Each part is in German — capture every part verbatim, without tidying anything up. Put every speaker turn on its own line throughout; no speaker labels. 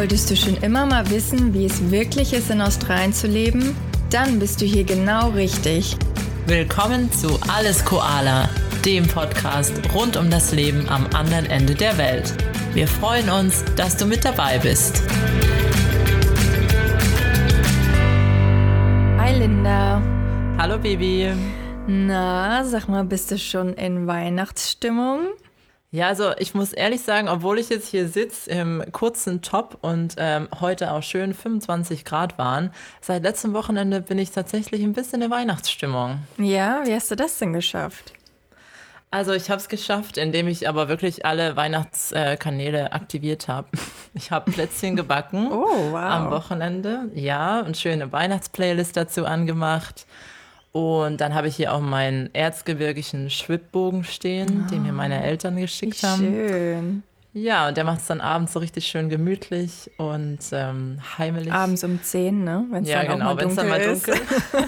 Wolltest du schon immer mal wissen, wie es wirklich ist, in Australien zu leben? Dann bist du hier genau richtig.
Willkommen zu Alles Koala, dem Podcast rund um das Leben am anderen Ende der Welt. Wir freuen uns, dass du mit dabei bist.
Hi Linda.
Hallo Baby.
Na, sag mal, bist du schon in Weihnachtsstimmung?
Ja, also ich muss ehrlich sagen, obwohl ich jetzt hier sitze im kurzen Top und ähm, heute auch schön fünfundzwanzig Grad waren, seit letztem Wochenende bin ich tatsächlich ein bisschen in Weihnachtsstimmung.
Ja, wie hast du das denn geschafft?
Also ich habe es geschafft, indem ich aber wirklich alle Weihnachtskanäle aktiviert habe. Ich habe Plätzchen gebacken
Oh, wow.
am Wochenende, ja, und schöne Weihnachtsplaylist dazu angemacht. Und dann habe ich hier auch meinen erzgebirgischen Schwibbogen stehen, den mir meine Eltern geschickt
Wie
haben.
schön.
Ja, und der macht es dann abends so richtig schön gemütlich und ähm, heimelig.
Abends um zehn, ne? Wenn es
Ja,
dann
genau,
auch mal
wenn es
dunkel
dann mal
ist.
dunkel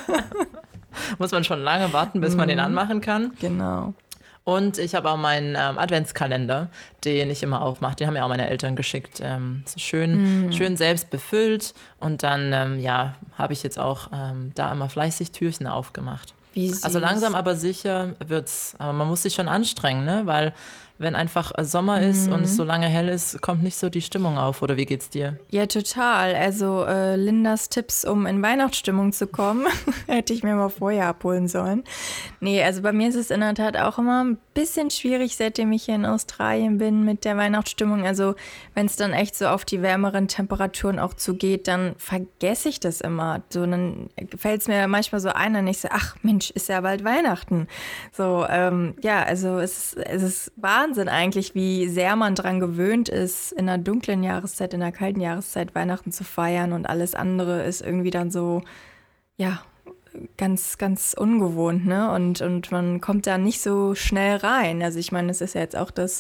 ist. Muss man schon lange warten, bis man den anmachen kann.
Genau.
Und ich habe auch meinen ähm, Adventskalender, den ich immer aufmache. Den haben mir auch meine Eltern geschickt. Ähm, so schön, mm. schön selbst befüllt. Und dann, ähm, ja, habe ich jetzt auch ähm, da immer fleißig Türchen aufgemacht.
Wie süß.
Also langsam aber sicher wird's. Aber man muss sich schon anstrengen, ne? Weil wenn einfach Sommer ist mm. und es so lange hell ist, kommt nicht so die Stimmung auf. Oder wie geht's dir?
Ja, total. Also äh, Lindas Tipps, um in Weihnachtsstimmung zu kommen, hätte ich mir mal vorher abholen sollen. Nee, also bei mir ist es in der Tat auch immer ein bisschen schwierig, seitdem ich hier in Australien bin mit der Weihnachtsstimmung. Also wenn es dann echt so auf die wärmeren Temperaturen auch zugeht, dann vergesse ich das immer. So, dann fällt es mir manchmal so ein und ich so, ach Mensch, ist ja bald Weihnachten. So, ähm, ja, also es, es ist Wahnsinn eigentlich, wie sehr man dran gewöhnt ist, in einer dunklen Jahreszeit, in einer kalten Jahreszeit Weihnachten zu feiern und alles andere ist irgendwie dann so, ja, ganz, ganz ungewohnt, ne? Und, und man kommt da nicht so schnell rein. Also ich meine, es ist ja jetzt auch das,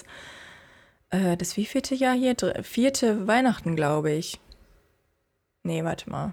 äh, das wievielte Jahr hier? Dr- Vierte Weihnachten, glaube ich. Nee, warte mal.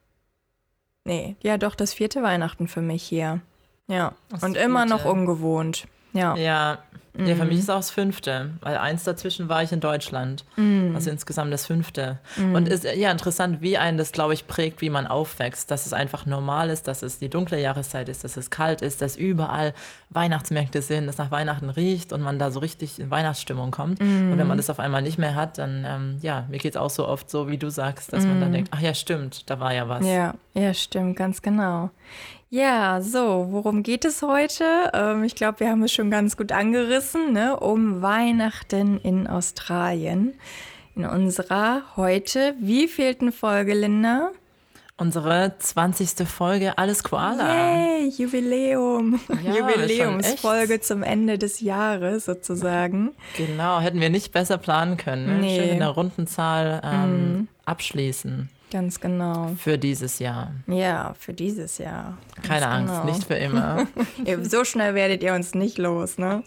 Nee, ja doch, das vierte Weihnachten für mich hier. Ja,
Das
und immer
vierte.
noch ungewohnt. Ja.
Ja, ja, für mich ist auch das fünfte, weil eins dazwischen war ich in Deutschland.
Mhm.
Also insgesamt das fünfte. Und ist ja interessant, wie einen das, glaube ich, prägt, wie man aufwächst. Dass es einfach normal ist, dass es die dunkle Jahreszeit ist, dass es kalt ist, dass überall Weihnachtsmärkte sind, dass nach Weihnachten riecht und man da so richtig in Weihnachtsstimmung kommt. Und wenn man das auf einmal nicht mehr hat, dann, ähm, ja, mir geht es auch so oft so, wie du sagst, dass man dann denkt, ach ja, stimmt, da war ja was.
Ja, ja, stimmt, ganz genau. Ja, so, worum geht es heute? Ähm, ich glaube, wir haben es schon ganz gut angerissen, ne? Um Weihnachten in Australien. In unserer heute wievielten Folge, Linda?
Unsere zwanzigste Folge Alles Koala.
Yay, Jubiläum.
Ja,
Jubiläumsfolge zum Ende des Jahres sozusagen.
Genau, hätten wir nicht besser planen können. Ne?
Nee.
Schön in der runden Zahl ähm, mm. abschließen.
Ganz genau.
Für dieses Jahr.
Ja, für dieses Jahr. Ganz
Keine Angst,
genau.
nicht für immer.
So schnell werdet ihr uns nicht los, ne?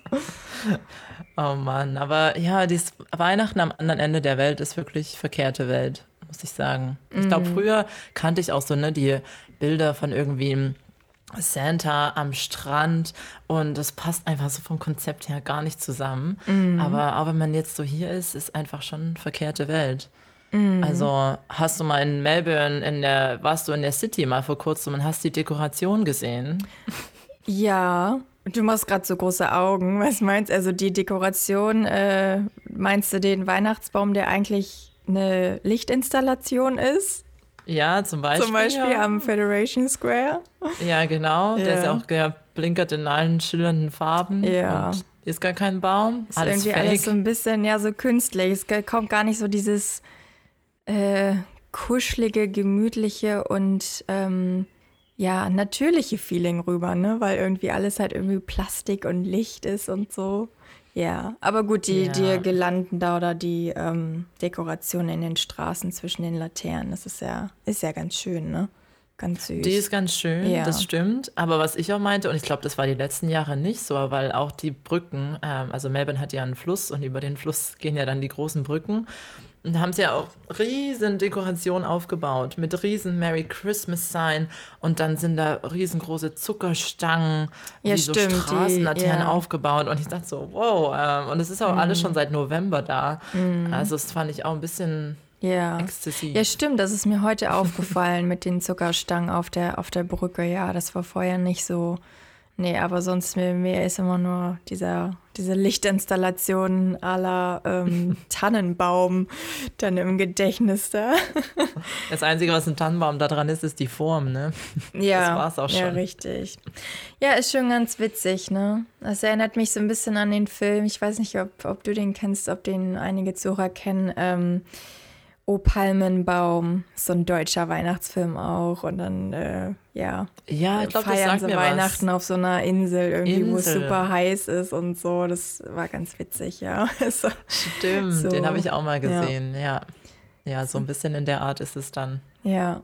Oh Mann, aber ja, dieses Weihnachten am anderen Ende der Welt ist wirklich verkehrte Welt, muss ich sagen. Ich glaube, früher kannte ich auch so ne, die Bilder von irgendwie Santa am Strand und das passt einfach so vom Konzept her gar nicht zusammen. Mm. Aber auch wenn man jetzt so hier ist, ist einfach schon verkehrte Welt. Mm. Also hast du mal in Melbourne, in der, warst du in der City mal vor kurzem und hast die Dekoration gesehen?
Ja, du machst gerade so große Augen. Was meinst du? Also die Dekoration, äh, meinst du den Weihnachtsbaum, der eigentlich eine Lichtinstallation ist?
Ja, zum Beispiel.
Zum Beispiel
ja.
am Federation Square.
Ja, genau.
Ja.
Der ist ja auch, der blinkert in allen schillernden Farben.
Ja.
Und ist gar kein Baum.
Ist
alles
irgendwie
fake.
alles so ein bisschen, ja, so künstlich. Es ge- kommt gar nicht so dieses äh, kuschelige, gemütliche und ähm, ja, natürliche Feeling rüber, ne? Weil irgendwie alles halt irgendwie Plastik und Licht ist und so. Ja, aber gut, die,
Ja.
die Girlanden da oder die ähm, Dekoration in den Straßen zwischen den Laternen, das ist ja, ist ja ganz schön, ne? Ganz süß.
Die ist ganz schön,
Ja.
das stimmt. Aber was ich auch meinte, und ich glaube, das war die letzten Jahre nicht so, weil auch die Brücken, ähm, also Melbourne hat ja einen Fluss und über den Fluss gehen ja dann die großen Brücken. Und da haben sie ja auch riesen Dekorationen aufgebaut mit riesen Merry Christmas Sign und dann sind da riesengroße Zuckerstangen,
Ja,
wie so
stimmt, die-
Straßenlaternen
ja.
aufgebaut und ich dachte so, wow, ähm, und es ist auch alles schon seit November da. Also das fand ich auch ein bisschen,
Ja.
Exzessiv.
Ja, stimmt, das ist mir heute aufgefallen mit den Zuckerstangen auf der, auf der Brücke. Ja, das war vorher nicht so. Nee, aber sonst mir, mir ist immer nur dieser, diese Lichtinstallation à la ähm, Tannenbaum dann im Gedächtnis da.
Das Einzige, was ein Tannenbaum da dran ist, ist die Form, ne?
Ja,
das war's auch schon.
Ja, richtig. Ja, ist schon ganz witzig, ne? Das erinnert mich so ein bisschen an den Film. Ich weiß nicht, ob, ob du den kennst, ob den einige Zuhörer kennen. Ähm, O Palmenbaum, so ein deutscher Weihnachtsfilm auch. Und dann, äh, ja,
Ja, ich glaube, das
feiern
sagt
sie
mir
Weihnachten
was.
auf so einer Insel irgendwie, wo es
Insel.
super heiß ist und so. Das war ganz witzig, ja. so,
Stimmt,
so,
den habe ich auch mal
ja.
gesehen, ja. Ja, so ein bisschen in der Art ist es dann.
Ja.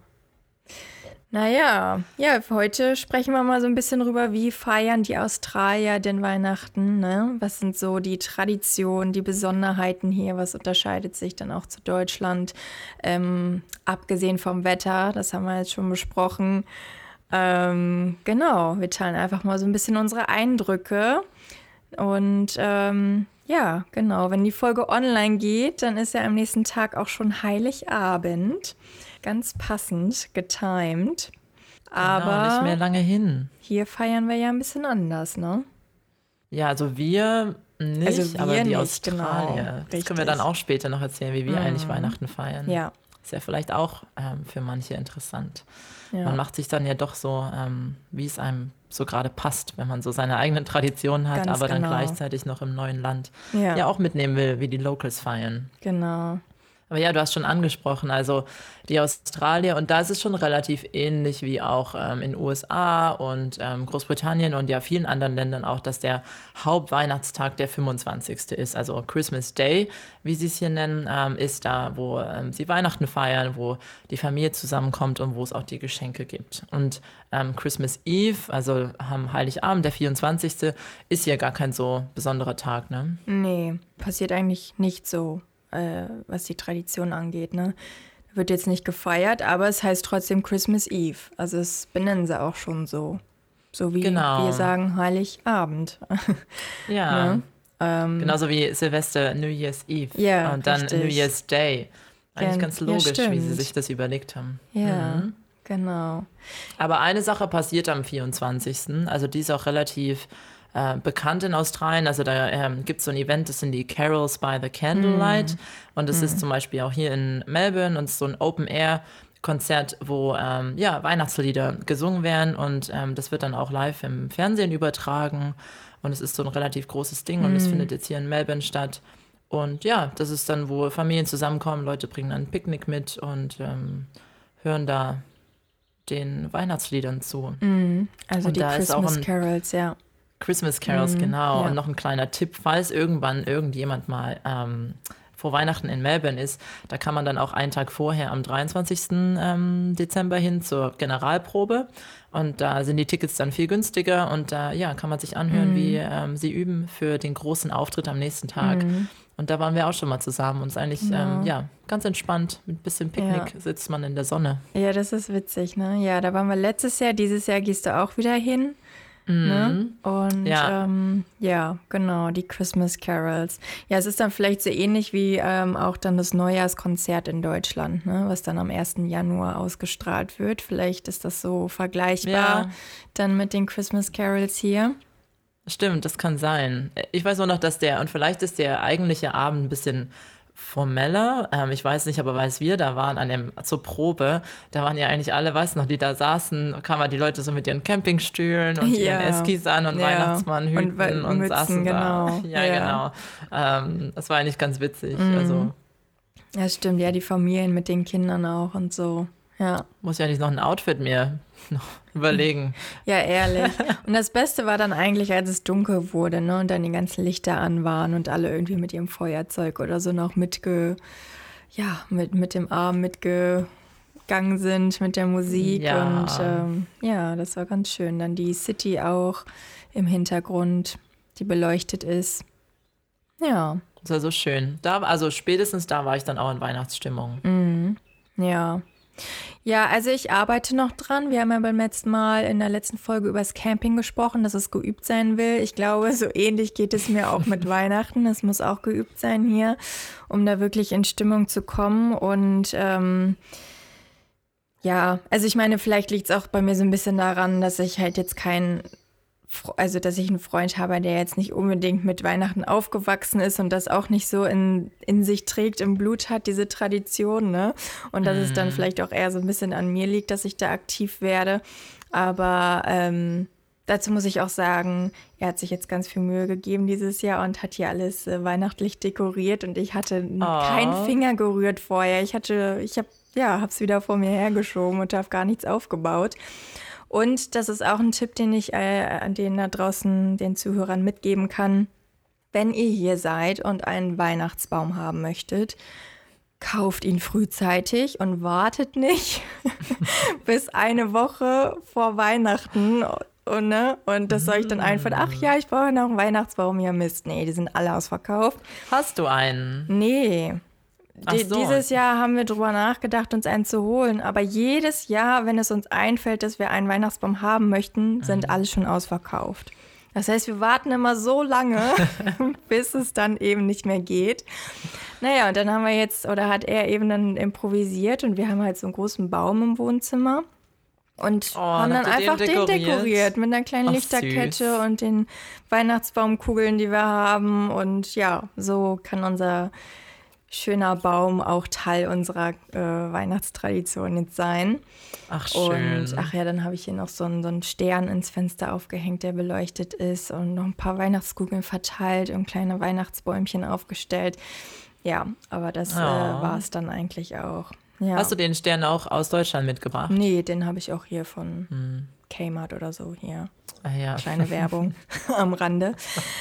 Naja, ja, heute sprechen wir mal so ein bisschen drüber, wie feiern die Australier denn Weihnachten, ne? Was sind so die Traditionen, die Besonderheiten hier, was unterscheidet sich dann auch zu Deutschland? Ähm, abgesehen vom Wetter, das haben wir jetzt schon besprochen. Ähm, genau, wir teilen einfach mal so ein bisschen unsere Eindrücke. Und ähm, ja, genau, wenn die Folge online geht, dann ist ja am nächsten Tag auch schon Heiligabend. Ganz passend, getimed. Aber
genau, nicht mehr lange hin.
hier feiern wir ja ein bisschen anders, ne?
Ja, also wir nicht,
Also wir
aber die
nicht,
Australier.
genau,
Das können wir dann auch später noch erzählen, wie wir
Mhm.
eigentlich Weihnachten feiern.
Ja.
Ist ja vielleicht auch ähm, für manche interessant.
Ja.
Man macht sich dann ja doch so, ähm, wie es einem so gerade passt, wenn man so seine eigenen Traditionen hat,
Ganz
aber dann
genau.
gleichzeitig noch im neuen Land
Ja.
ja auch mitnehmen will, wie die Locals feiern.
Genau.
Aber ja, du hast schon angesprochen, also die Australier, und da ist es schon relativ ähnlich wie auch ähm, in den U S A und ähm, Großbritannien und ja vielen anderen Ländern auch, dass der Hauptweihnachtstag der fünfundzwanzigste ist. Also Christmas Day, wie sie es hier nennen, ähm, ist da, wo ähm, sie Weihnachten feiern, wo die Familie zusammenkommt und wo es auch die Geschenke gibt. Und ähm, Christmas Eve, also am Heiligabend, der vierundzwanzigste, ist hier gar kein so besonderer Tag, ne?
Nee, passiert eigentlich nicht so, äh, was die Tradition angeht, ne? Wird jetzt nicht gefeiert, aber es heißt trotzdem Christmas Eve. Also es benennen sie auch schon so. So wie
Genau.
wir sagen Heiligabend.
Ja.
Ne? Ähm,
Genauso wie Silvester, New Year's Eve
Ja,
und dann
richtig.
New Year's Day. Eigentlich
Gen-
ganz
ja,
logisch, wie sie
stimmt.
sich das überlegt haben.
ja,
Mhm.
genau.
Aber eine Sache passiert am vierundzwanzigsten. Also die ist auch relativ äh, bekannt in Australien. Also da ähm, gibt es so ein Event, das sind die Carols by the Candlelight. Und das ist zum Beispiel auch hier in Melbourne und so ein Open-Air-Konzert, wo ähm, ja, Weihnachtslieder gesungen werden. Und ähm, das wird dann auch live im Fernsehen übertragen. Und es ist so ein relativ großes Ding und es findet jetzt hier in Melbourne statt. Und ja, das ist dann, wo Familien zusammenkommen, Leute bringen dann ein Picknick mit und ähm, hören da den Weihnachtsliedern zu.
Also
Und
die
da ist auch
Christmas
ein-
Carols, ja.
Christmas Carols, genau.
ja.
Und noch ein kleiner Tipp, falls irgendwann irgendjemand mal ähm, vor Weihnachten in Melbourne ist, da kann man dann auch einen Tag vorher am dreiundzwanzigsten Ähm, Dezember hin zur Generalprobe. Und da sind die Tickets dann viel günstiger und da ja, kann man sich anhören, wie ähm, sie üben für den großen Auftritt am nächsten Tag. Und da waren wir auch schon mal zusammen und es ist eigentlich ähm, ja, ganz entspannt. Mit ein bisschen Picknick
Ja.
sitzt man in der Sonne.
Ja, das ist witzig, ne? Ja, da waren wir letztes Jahr, dieses Jahr gehst du auch wieder hin. Ne? Und
Ja.
ja. Ähm, ja, genau, die Christmas Carols. Ja, es ist dann vielleicht so ähnlich wie ähm, auch dann das Neujahrskonzert in Deutschland, ne? Was dann am ersten Januar ausgestrahlt wird. Vielleicht ist das so vergleichbar
Ja.
dann mit den Christmas Carols hier.
Stimmt, das kann sein. Ich weiß nur noch, dass der, und vielleicht ist der eigentliche Abend ein bisschen formeller. Ähm, ich weiß nicht, aber als wir da waren an dem, zur Probe, da waren ja eigentlich alle, weißt du noch, die da saßen, kamen die Leute so mit ihren Campingstühlen und
Ja.
ihren Eskis an und
Ja.
Weihnachtsmannhüten
Und We-
und,
Mützen,
saßen
genau.
da. Ja,
Ja.
genau. Ähm, das war eigentlich ganz witzig.
Mhm.
Also
Ja, stimmt, ja, die Familien mit den Kindern auch und so. Ja.
muss ja nicht noch ein Outfit mir noch überlegen.
Ja, ehrlich. Und das Beste war dann eigentlich, als es dunkel wurde, ne, und dann die ganzen Lichter an waren und alle irgendwie mit ihrem Feuerzeug oder so noch mitge, ja, mit, mit dem Arm mitgegangen sind, mit der Musik.
Ja.
Und ähm, ja, das war ganz schön. Dann die City auch im Hintergrund, die beleuchtet ist. Ja,
Das war so schön. Da, also spätestens da war ich dann auch in Weihnachtsstimmung.
ja. Ja, also ich arbeite noch dran. Wir haben ja beim letzten Mal in der letzten Folge über das Camping gesprochen, dass es geübt sein will. Ich glaube, so ähnlich geht es mir auch mit Weihnachten. Es muss auch geübt sein hier, um da wirklich in Stimmung zu kommen. Und ähm, ja, also ich meine, vielleicht liegt es auch bei mir so ein bisschen daran, dass ich halt jetzt kein Also, dass ich einen Freund habe, der jetzt nicht unbedingt mit Weihnachten aufgewachsen ist und das auch nicht so in, in sich trägt, im Blut hat, diese Tradition, ne? Und dass mm. es dann vielleicht auch eher so ein bisschen an mir liegt, dass ich da aktiv werde. Aber ähm, dazu muss ich auch sagen, er hat sich jetzt ganz viel Mühe gegeben dieses Jahr und hat hier alles äh, weihnachtlich dekoriert und ich hatte oh. keinen Finger gerührt vorher. Ich hatte, ich habe, ja, hab's wieder vor mir hergeschoben und habe gar nichts aufgebaut. Und das ist auch ein Tipp, den ich äh, an den da draußen den Zuhörern mitgeben kann. Wenn ihr hier seid und einen Weihnachtsbaum haben möchtet, kauft ihn frühzeitig und wartet nicht bis eine Woche vor Weihnachten. Und, ne? und das soll ich dann einfach, ach ja, ich brauche noch einen Weihnachtsbaum. Ja Mist, nee, die sind alle ausverkauft.
Hast du einen?
Nee. Die, so. Dieses Jahr haben wir drüber nachgedacht, uns einen zu holen. Aber jedes Jahr, wenn es uns einfällt, dass wir einen Weihnachtsbaum haben möchten, sind mhm. alle schon ausverkauft. Das heißt, wir warten immer so lange, bis es dann eben nicht mehr geht. Naja, und dann haben wir jetzt, oder hat er eben dann improvisiert und wir haben halt so einen großen Baum im Wohnzimmer. Und oh, haben dann einfach den dekoriert? den dekoriert mit einer kleinen Ach, Lichterkette süß. Und den Weihnachtsbaumkugeln, die wir haben. Und ja, so kann unser schöner Baum auch Teil unserer äh, Weihnachtstradition jetzt sein.
Ach, schön.
Und ach ja, dann habe ich hier noch so einen, so einen Stern ins Fenster aufgehängt, der beleuchtet ist und noch ein paar Weihnachtskugeln verteilt und kleine Weihnachtsbäumchen aufgestellt. Ja, aber das oh. äh, war es dann eigentlich auch. Ja.
Hast du den Stern auch aus Deutschland mitgebracht?
Nee, den habe ich auch hier von hm. Kmart oder so hier.
Ah, ja.
Kleine Werbung am Rande.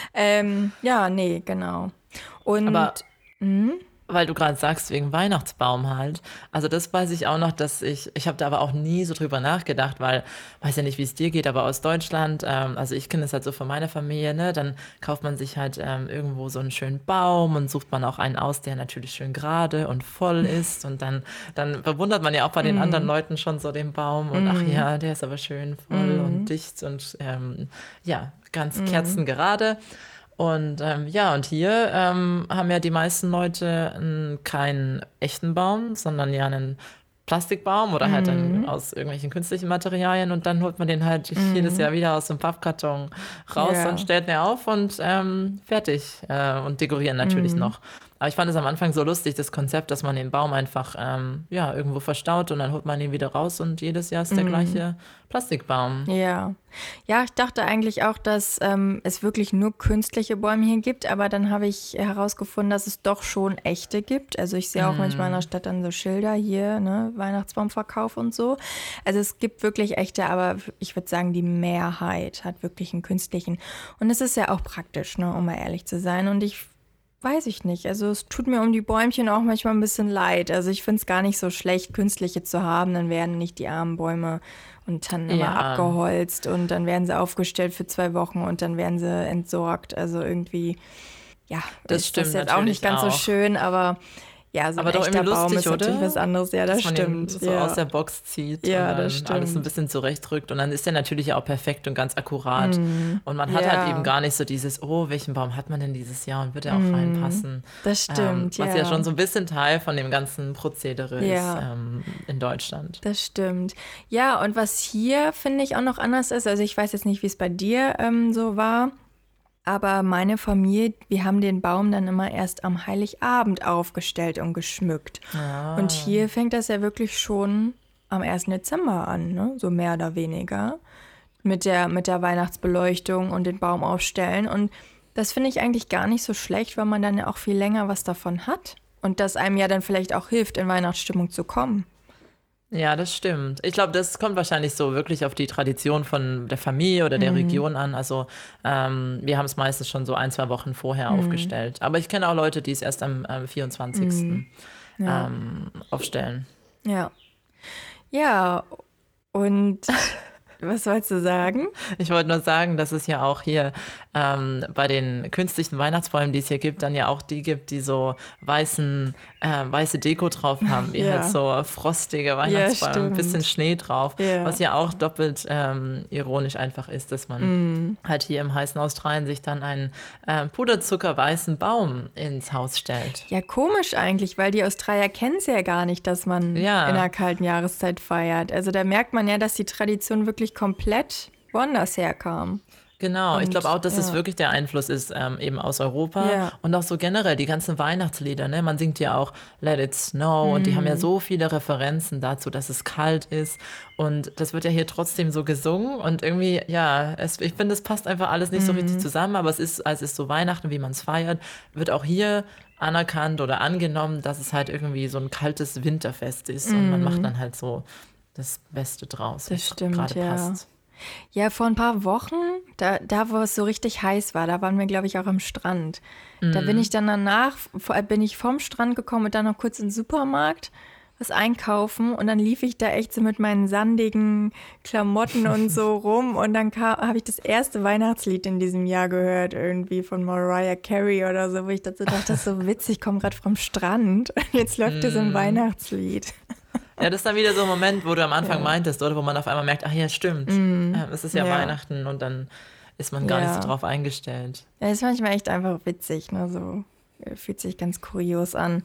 Ähm, ja, nee, genau. Und
aber
mh?
weil du gerade sagst, wegen Weihnachtsbaum halt. Also das weiß ich auch noch, dass ich, ich habe da aber auch nie so drüber nachgedacht, weil, weiß ja nicht, wie es dir geht, aber aus Deutschland, ähm, also ich kenne es halt so von meiner Familie, ne, dann kauft man sich halt ähm, irgendwo so einen schönen Baum und sucht man auch einen aus, der natürlich schön gerade und voll ist und dann, dann bewundert man ja auch bei den mm. anderen Leuten schon so den Baum und mm. ach ja, der ist aber schön voll mm. und dicht und ähm, ja, ganz mm. kerzengerade. Und ähm, ja, und hier ähm, haben ja die meisten Leute einen, keinen echten Baum, sondern ja einen Plastikbaum oder halt dann aus irgendwelchen künstlichen Materialien und dann holt man den halt mhm. jedes Jahr wieder aus dem Pappkarton raus yeah. und stellt ihn auf und ähm, fertig äh, und dekorieren natürlich mhm. noch. Aber ich fand es am Anfang so lustig, das Konzept, dass man den Baum einfach ähm, ja, irgendwo verstaut und dann holt man ihn wieder raus und jedes Jahr ist der mm. gleiche Plastikbaum.
Ja. Ja, ich dachte eigentlich auch, dass ähm, es wirklich nur künstliche Bäume hier gibt, aber dann habe ich herausgefunden, dass es doch schon echte gibt. Also ich sehe auch mm. manchmal in der Stadt dann so Schilder hier, ne, Weihnachtsbaumverkauf und so. Also es gibt wirklich echte, aber ich würde sagen, die Mehrheit hat wirklich einen künstlichen. Und es ist ja auch praktisch, ne, um mal ehrlich zu sein. Und ich weiß ich nicht. Also es tut mir um die Bäumchen auch manchmal ein bisschen leid. Also ich finde es gar nicht so schlecht, künstliche zu haben. Dann werden nicht die armen Bäume und Tannen immer ja. abgeholzt und dann werden sie aufgestellt für zwei Wochen und dann werden sie entsorgt. Also irgendwie, ja,
das stimmt
ist jetzt auch nicht ganz
auch.
so schön, aber ja, so
aber
ein
doch
echter
lustig,
Baum ist
oder?
natürlich was anderes. Ja, das
Dass man
stimmt.
ihn so
ja.
aus der Box zieht
ja,
und dann
das stimmt.
alles ein bisschen zurechtrückt und dann ist der natürlich auch perfekt und ganz akkurat. Mm. Und man hat
ja.
halt eben gar nicht so dieses, oh, welchen Baum hat man denn dieses Jahr und wird er auch mm. reinpassen?
Das stimmt,
ähm, Was
ja.
ja schon so ein bisschen Teil von dem ganzen Prozedere
ja.
ist ähm, in Deutschland.
Das stimmt. Ja, und was hier, finde ich, auch noch anders ist, also ich weiß jetzt nicht, wie es bei dir ähm, so war, aber meine Familie, wir haben den Baum dann immer erst am Heiligabend aufgestellt und geschmückt.
Ah.
Und hier fängt das ja wirklich schon am ersten Dezember an, ne? So mehr oder weniger, mit der, mit der Weihnachtsbeleuchtung und den Baum aufstellen. Und das finde ich eigentlich gar nicht so schlecht, weil man dann ja auch viel länger was davon hat. Und das einem ja dann vielleicht auch hilft, in Weihnachtsstimmung zu kommen.
Ja, das stimmt. Ich glaube, das kommt wahrscheinlich so wirklich auf die Tradition von der Familie oder der mhm. Region an. Also ähm, wir haben es meistens schon so ein, zwei Wochen vorher mhm. aufgestellt. Aber ich kenne auch Leute, die es erst am äh, vierundzwanzigsten Mhm. Ja. Ähm, aufstellen.
Ja. Ja, und Was wolltest du sagen?
Ich wollte nur sagen, dass es ja auch hier ähm, bei den künstlichen Weihnachtsbäumen, die es hier gibt, dann ja auch die gibt, die so weißen, äh, weiße Deko drauf haben, wie
Ja.
halt so frostige Weihnachtsbäume, ein
stimmt.
bisschen Schnee drauf,
Ja.
was ja auch doppelt ähm, ironisch einfach ist, dass man halt hier im heißen Australien sich dann einen äh, puderzuckerweißen Baum ins Haus stellt.
Ja, komisch eigentlich, weil die Australier kennen es ja gar nicht, dass man
Ja.
in der kalten Jahreszeit feiert. Also da merkt man ja, dass die Tradition wirklich komplett woanders herkam.
Genau, ich
Und,
glaube auch, dass es
ja.
wirklich der Einfluss ist, ähm, eben aus Europa
Ja.
und auch so generell die ganzen Weihnachtslieder. Ne? Man singt ja auch Let It Snow und die haben ja
Mhm.
so viele Referenzen dazu, dass es kalt ist und das wird ja hier trotzdem so gesungen und irgendwie, ja, es, ich finde, es passt einfach alles nicht so
Mhm.
richtig zusammen, aber es ist, als es so Weihnachten, wie man es feiert, wird auch hier anerkannt oder angenommen, dass es halt irgendwie so ein kaltes Winterfest ist und man macht dann halt so das Beste draus,
Mhm. Das
was
stimmt,
gerade
ja.
passt.
Ja, vor ein paar Wochen, da, da wo es so richtig heiß war, da waren wir, glaube ich, auch am Strand. Da bin ich dann danach, vor- bin ich vom Strand gekommen und dann noch kurz in den Supermarkt was einkaufen und dann lief ich da echt so mit meinen sandigen Klamotten und so rum und dann habe ich das erste Weihnachtslied in diesem Jahr gehört, irgendwie von Mariah Carey oder so, wo ich dazu dachte, das ist so witzig, ich komme gerade vom Strand und jetzt läuft das ein Weihnachtslied.
Ja, das ist dann wieder so ein Moment, wo du am Anfang
Ja.
meintest, oder wo man auf einmal merkt, ach ja, stimmt, ähm, es ist ja,
Ja.
Weihnachten und dann ist man gar
Ja.
nicht so drauf eingestellt.
Ja, ist manchmal echt einfach witzig, ne? So äh, fühlt sich ganz kurios an.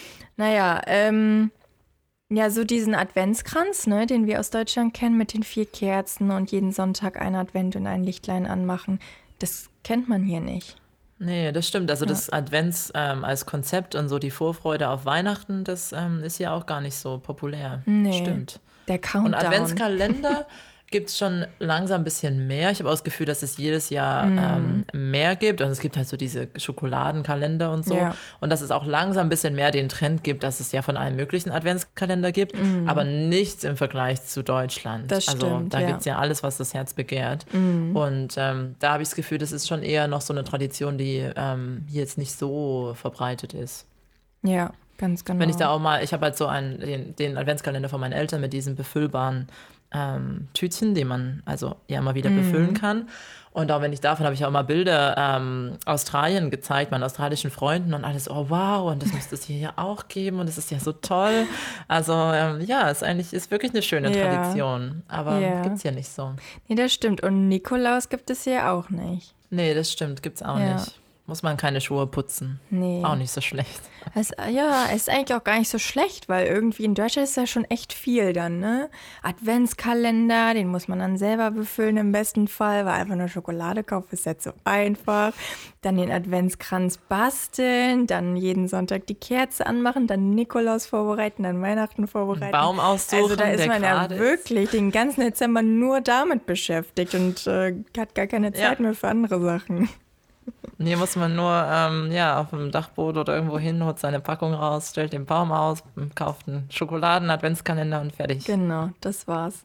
Naja, ähm, ja, so diesen Adventskranz, ne, den wir aus Deutschland kennen, mit den vier Kerzen und jeden Sonntag ein Advent und ein Lichtlein anmachen, das kennt man hier nicht.
Nee, das stimmt. Also das Advents ähm, als Konzept und so die Vorfreude auf Weihnachten, das ähm, ist ja auch gar nicht so populär.
Nee.
Stimmt.
Der
Und
Countdown.
Adventskalender gibt es schon langsam ein bisschen mehr. Ich habe auch das Gefühl, dass es jedes Jahr
Mhm.
ähm, mehr gibt. Und es gibt halt so diese Schokoladenkalender und so.
Ja.
Und dass es auch langsam ein bisschen mehr den Trend gibt, dass es ja von allen möglichen Adventskalender gibt, aber nichts im Vergleich zu Deutschland.
Mhm. Das
also
stimmt,
da
ja. Mhm.
gibt es ja alles, was das Herz begehrt. Und ähm, da habe ich das Gefühl, das ist schon eher noch so eine Tradition, die ähm, hier jetzt nicht so verbreitet ist.
Ja, ganz genau.
Wenn ich da auch mal, ich habe halt so einen, den, den Adventskalender von meinen Eltern mit diesen befüllbaren ähm, Tütchen, die man also ja mal wieder befüllen kann. Und auch wenn ich davon habe ich auch mal Bilder ähm, Australien gezeigt, meinen australischen Freunden und alles, oh wow, und das müsste es hier ja auch geben und das ist ja so toll. Also ähm, ja, es ist eigentlich ist wirklich eine schöne
Ja.
Tradition, aber
Ja.
gibt's ja nicht so.
Nee, das stimmt. Und Nikolaus gibt es hier auch nicht.
Nee, das stimmt, gibt's auch
Ja.
nicht. Muss man keine Schuhe putzen.
Nee.
Auch nicht so schlecht.
Es, ja, es ist eigentlich auch gar nicht so schlecht, weil irgendwie in Deutschland ist ja schon echt viel dann, ne? Adventskalender, den muss man dann selber befüllen im besten Fall, weil einfach nur Schokolade kaufen ist jetzt so einfach. Dann den Adventskranz basteln, dann jeden Sonntag die Kerze anmachen, dann Nikolaus vorbereiten, dann Weihnachten vorbereiten.
Baum aussuchen,
Also da ist
der
man ja
gerade ist.
wirklich den ganzen Dezember nur damit beschäftigt und äh, hat gar keine Zeit
Ja.
mehr für andere Sachen.
Hier muss man nur ähm, ja, auf dem Dachboden oder irgendwo hin, holt seine Packung raus, stellt den Baum aus, kauft einen Schokoladen-Adventskalender und fertig.
Genau, das war's.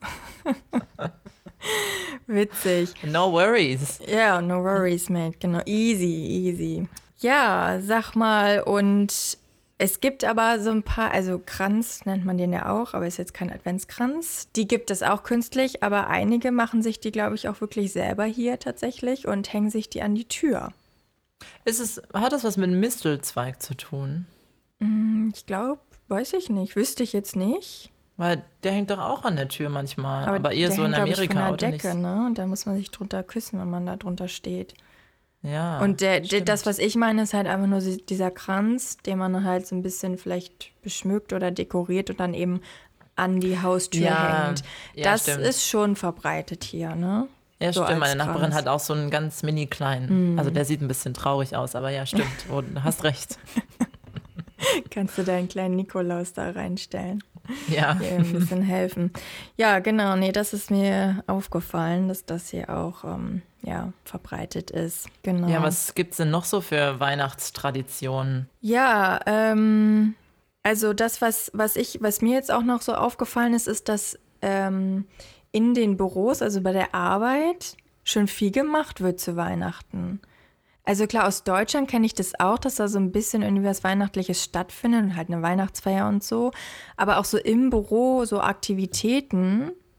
Witzig.
No worries.
Ja, no worries, mate. Genau, easy, easy. Ja, sag mal, und es gibt aber so ein paar, also Kranz nennt man den ja auch, aber ist jetzt kein Adventskranz. Die gibt es auch künstlich, aber einige machen sich die, glaube ich, auch wirklich selber hier tatsächlich und hängen sich die an die Tür.
Ist es, hat das was mit einem Mistelzweig zu tun?
Ich glaube, weiß ich nicht, wüsste ich jetzt nicht.
Weil der hängt doch auch an der Tür manchmal, aber, eher
der
so in
hängt, glaub ich,
Amerika
von der
oder
Decke,
nicht?
ne? Und da muss man sich drunter küssen, wenn man da drunter steht.
Ja.
Und der, der,
stimmt.
das, was ich meine, ist halt einfach nur si- dieser Kranz, den man halt so ein bisschen vielleicht beschmückt oder dekoriert und dann eben an die Haustür
Ja,
hängt.
ja,
Das
stimmt.
ist schon verbreitet hier, ne?
Ja,
so
stimmt. Meine
als
Nachbarin
Kranz. Mhm.
hat auch so einen ganz mini kleinen. Also der sieht ein bisschen traurig aus, aber ja, stimmt. Oh, du hast recht.
Kannst du deinen kleinen Nikolaus da reinstellen?
Ja.
Dir ein bisschen helfen. Ja, genau, nee, das ist mir aufgefallen, dass das hier auch ähm, ja, verbreitet ist. Genau.
Ja, was gibt's denn noch so für Weihnachtstraditionen?
Ja, ähm, also das, was, was ich, was mir jetzt auch noch so aufgefallen ist, ist, dass ähm, in den Büros, also bei der Arbeit, schon viel gemacht wird zu Weihnachten. Also klar, aus Deutschland kenne ich das auch, dass da so ein bisschen irgendwie was Weihnachtliches stattfindet und halt eine Weihnachtsfeier und so. Aber auch so im Büro, so Aktivitäten,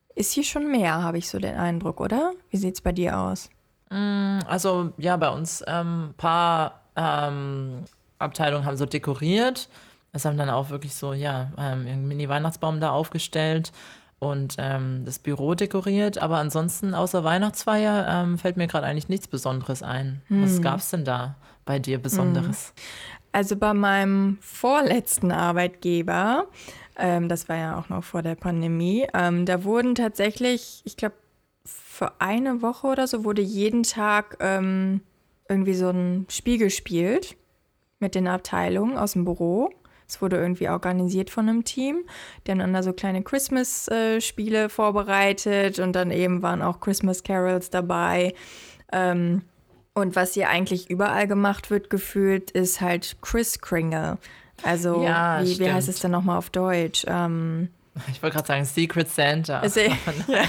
ist hier schon mehr, habe ich so den Eindruck, oder? Wie sieht's bei dir aus?
Also ja, bei uns ein ähm, paar ähm, Abteilungen haben so dekoriert. Es haben dann auch wirklich so, ja, ähm, einen Mini-Weihnachtsbaum da aufgestellt und ähm, das Büro dekoriert. Aber ansonsten, außer Weihnachtsfeier, ähm, fällt mir gerade eigentlich nichts Besonderes ein. Was gab's denn da bei dir Besonderes?
Also bei meinem vorletzten Arbeitgeber, ähm, das war ja auch noch vor der Pandemie, ähm, da wurden tatsächlich, ich glaube, für eine Woche oder so wurde jeden Tag ähm, irgendwie so ein Spiel gespielt mit den Abteilungen aus dem Büro. Es wurde irgendwie organisiert von einem Team. Die haben dann da so kleine Christmas-Spiele vorbereitet und dann eben waren auch Christmas Carols dabei. Ähm, und was hier eigentlich überall gemacht wird, gefühlt, ist halt Kris Kringle. Also,
Ja,
wie, wie heißt
stimmt.
es denn nochmal auf Deutsch? Ähm,
Ich wollte gerade sagen, Secret Santa.
also, ja,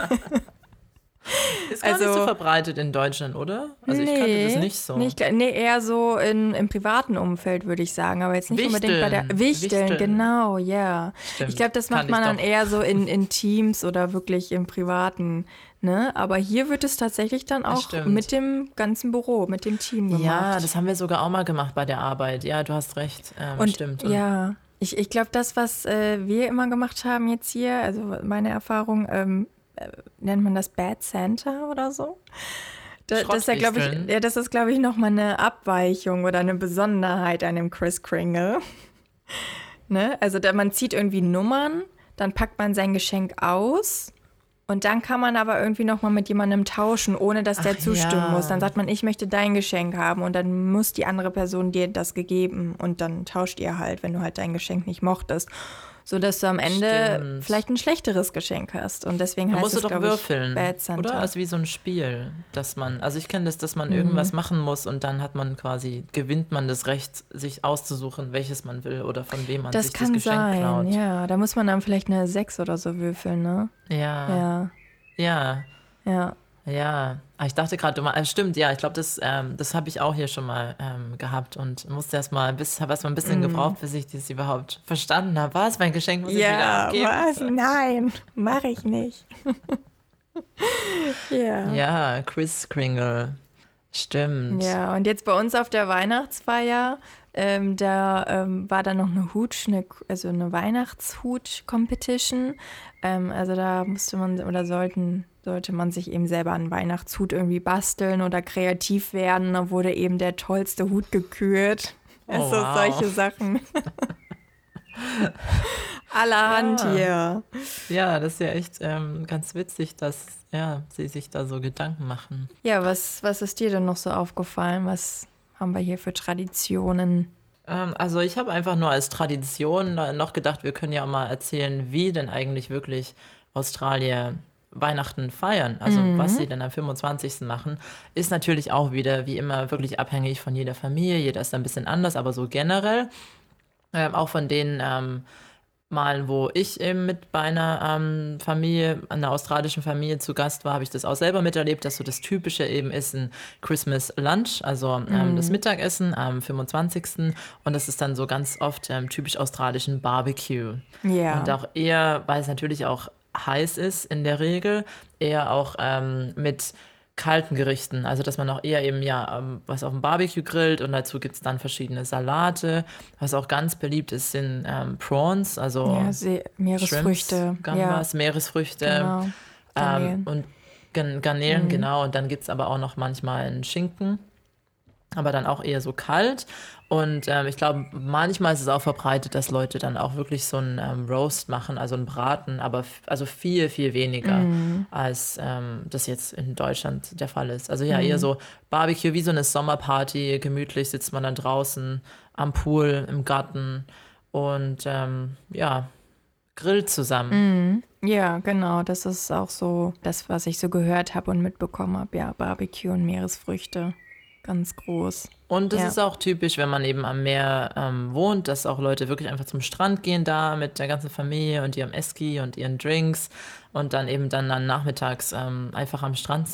Ist gar nicht
also-
so verbreitet in Deutschland, oder? Also ich kannte das nicht so.
Nicht, nee, eher so in, im privaten Umfeld, würde ich sagen, aber jetzt nicht unbedingt bei der
Wichteln.
Wichteln,
Wichteln.
genau, ja.
Stimmt,
Ich glaube, das
kann
macht
ich
man dann
doch.
eher so in, in Teams oder wirklich im privaten, ne? Aber hier wird es tatsächlich dann auch
stimmt.
mit dem ganzen Büro, mit dem Team gemacht.
Ja, das haben wir sogar auch mal gemacht bei der Arbeit. Ja, du hast recht. Ähm,
Und
stimmt.
ja, ich, ich glaube, das, was äh, wir immer gemacht haben jetzt hier, also meine Erfahrung, ähm, äh, nennt man das Bad Santa oder so? Da, das ist ja, glaube
Schrottwichteln.
ich, ja, das ist, glaube ich, nochmal eine Abweichung oder eine Besonderheit an dem Kris Kringle. Ne? Also da, man zieht irgendwie Nummern, dann packt man sein Geschenk aus und dann kann man aber irgendwie nochmal mit jemandem tauschen, ohne dass der
Ach
zustimmen
ja.
muss. Dann sagt man, ich möchte dein Geschenk haben und dann muss die andere Person dir das gegeben und dann tauscht ihr halt, wenn du halt dein Geschenk nicht mochtest. So dass du am Ende
Stimmt.
vielleicht ein schlechteres Geschenk hast. Und deswegen
Da
heißt
musst du
es,
doch
glaube ich,
würfeln,
Bad Santa.
oder? Also wie so ein Spiel, dass man, also ich kenne das, dass man
Mhm.
irgendwas machen muss und dann hat man quasi, gewinnt man das Recht, sich auszusuchen, welches man will oder von wem man
Das
sich
kann
das Geschenk
sein,
klaut.
ja. Da muss man dann vielleicht eine sechs oder so würfeln, ne?
Ja, ja,
Ja,
ja.
ja.
Ja. Ah, ich dachte gerade, du mal, äh, stimmt, ja, ich glaube, das, ähm, das habe ich auch hier schon mal ähm, gehabt und musste erst mal, bis, habe erst mal ein bisschen gebraucht, bis ich das überhaupt verstanden habe. Was, mein Geschenk muss ich wieder
Ja,
abgeben?
was? Nein, mache ich nicht. ja.
Ja, Kris Kringle. Stimmt.
Ja, und jetzt bei uns auf der Weihnachtsfeier, ähm, da ähm, war dann noch eine Hut, eine, also eine Weihnachtshut-Competition. Ähm, also da musste man oder sollten, sollte man sich eben selber einen Weihnachtshut irgendwie basteln oder kreativ werden. Da wurde eben der tollste Hut gekürt.
Oh,
Also
wow.
solche Sachen. Allerhand
Ja.
hier.
Ja, das ist ja echt ähm, ganz witzig, dass ja, sie sich da so Gedanken machen.
Ja, was, was ist dir denn noch so aufgefallen? Was haben wir hier für Traditionen?
Ähm, also ich habe einfach nur als Tradition noch gedacht, wir können ja auch mal erzählen, wie denn eigentlich wirklich Australier Weihnachten feiern. Also was sie denn am fünfundzwanzigsten machen, ist natürlich auch wieder wie immer wirklich abhängig von jeder Familie. Jeder ist ein bisschen anders, aber so generell, ähm, auch von den ähm, Malen, wo ich eben mit bei einer ähm, Familie, einer australischen Familie zu Gast war, habe ich das auch selber miterlebt, dass so das Typische eben ist ein Christmas Lunch, also ähm, das Mittagessen am fünfundzwanzigsten Und das ist dann so ganz oft ähm, typisch australischen Barbecue.
Ja.
Und auch eher, weil es natürlich auch heiß ist in der Regel, eher auch ähm, mit kalten Gerichten. Also dass man auch eher eben ja ähm, was auf dem Barbecue grillt und dazu gibt es dann verschiedene Salate. Was auch ganz beliebt ist, sind ähm, Prawns, also
Ja, See Meeresfrüchte.
Shrimps, Gambas, Meeresfrüchte
Genau.
ähm,
Garnelen.
und Gan Garnelen, genau. Und dann gibt es aber auch noch manchmal einen Schinken, aber dann auch eher so kalt. Und ähm, ich glaube, manchmal ist es auch verbreitet, dass Leute dann auch wirklich so einen ähm, Roast machen, also einen Braten, aber f- also viel, viel weniger, als ähm, das jetzt in Deutschland der Fall ist. Also ja, eher so Barbecue, wie so eine Sommerparty, gemütlich sitzt man dann draußen am Pool, im Garten und ähm, ja, grillt zusammen.
Ja, genau. Das ist auch so das, was ich so gehört habe und mitbekommen habe. Ja, Barbecue und Meeresfrüchte. Ganz groß.
Und das
Ja.
ist auch typisch, wenn man eben am Meer ähm, wohnt, dass auch Leute wirklich einfach zum Strand gehen da mit der ganzen Familie und ihrem Esky und ihren Drinks und dann eben dann, dann nachmittags ähm, einfach am Strand sind.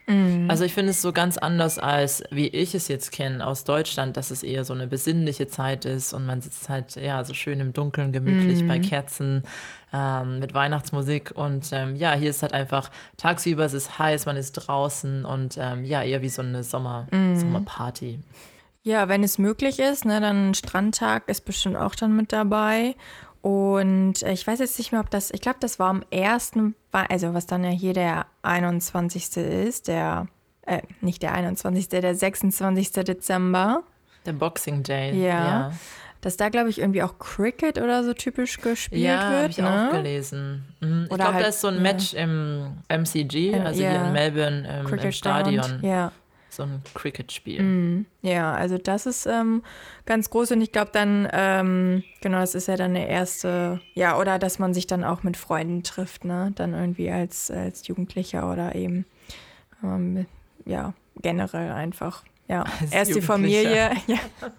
Mhm.
Also ich finde es so ganz anders, als wie ich es jetzt kenne aus Deutschland, dass es eher so eine besinnliche Zeit ist und man sitzt halt ja so schön im Dunkeln, gemütlich
Mhm.
bei Kerzen ähm, mit Weihnachtsmusik und ähm, ja, hier ist halt einfach tagsüber, es ist heiß, man ist draußen und ähm, ja, eher wie so eine Sommer,
Mhm.
Sommerparty.
Ja, wenn es möglich ist, ne, dann ein Strandtag ist bestimmt auch dann mit dabei. Und äh, ich weiß jetzt nicht mehr, ob das, ich glaube, das war am ersten, Wei- also was dann ja hier der einundzwanzigste ist, der, äh, nicht der einundzwanzigste, der sechsundzwanzigste Dezember.
Der Boxing Day,
Ja.
ja.
Dass da, glaube ich, irgendwie auch Cricket oder so typisch gespielt
Ja, habe
wird.
ich
ne?
auch gelesen. Mhm. Ich
Oder
glaube,
halt,
da ist so ein
ja.
Match im M C G,
Ähm,
also hier
ja.
in Melbourne ähm, im
Cricket
Stadion.
Ground. Ja.
So ein Cricket-Spiel.
Mhm. Ja, also das ist ähm, ganz groß und ich glaube dann, ähm, genau, das ist ja dann der erste, ja, oder dass man sich dann auch mit Freunden trifft, ne, dann irgendwie als, als Jugendlicher oder eben, ähm, ja, generell einfach, ja,
Als
erst die Familie, ja.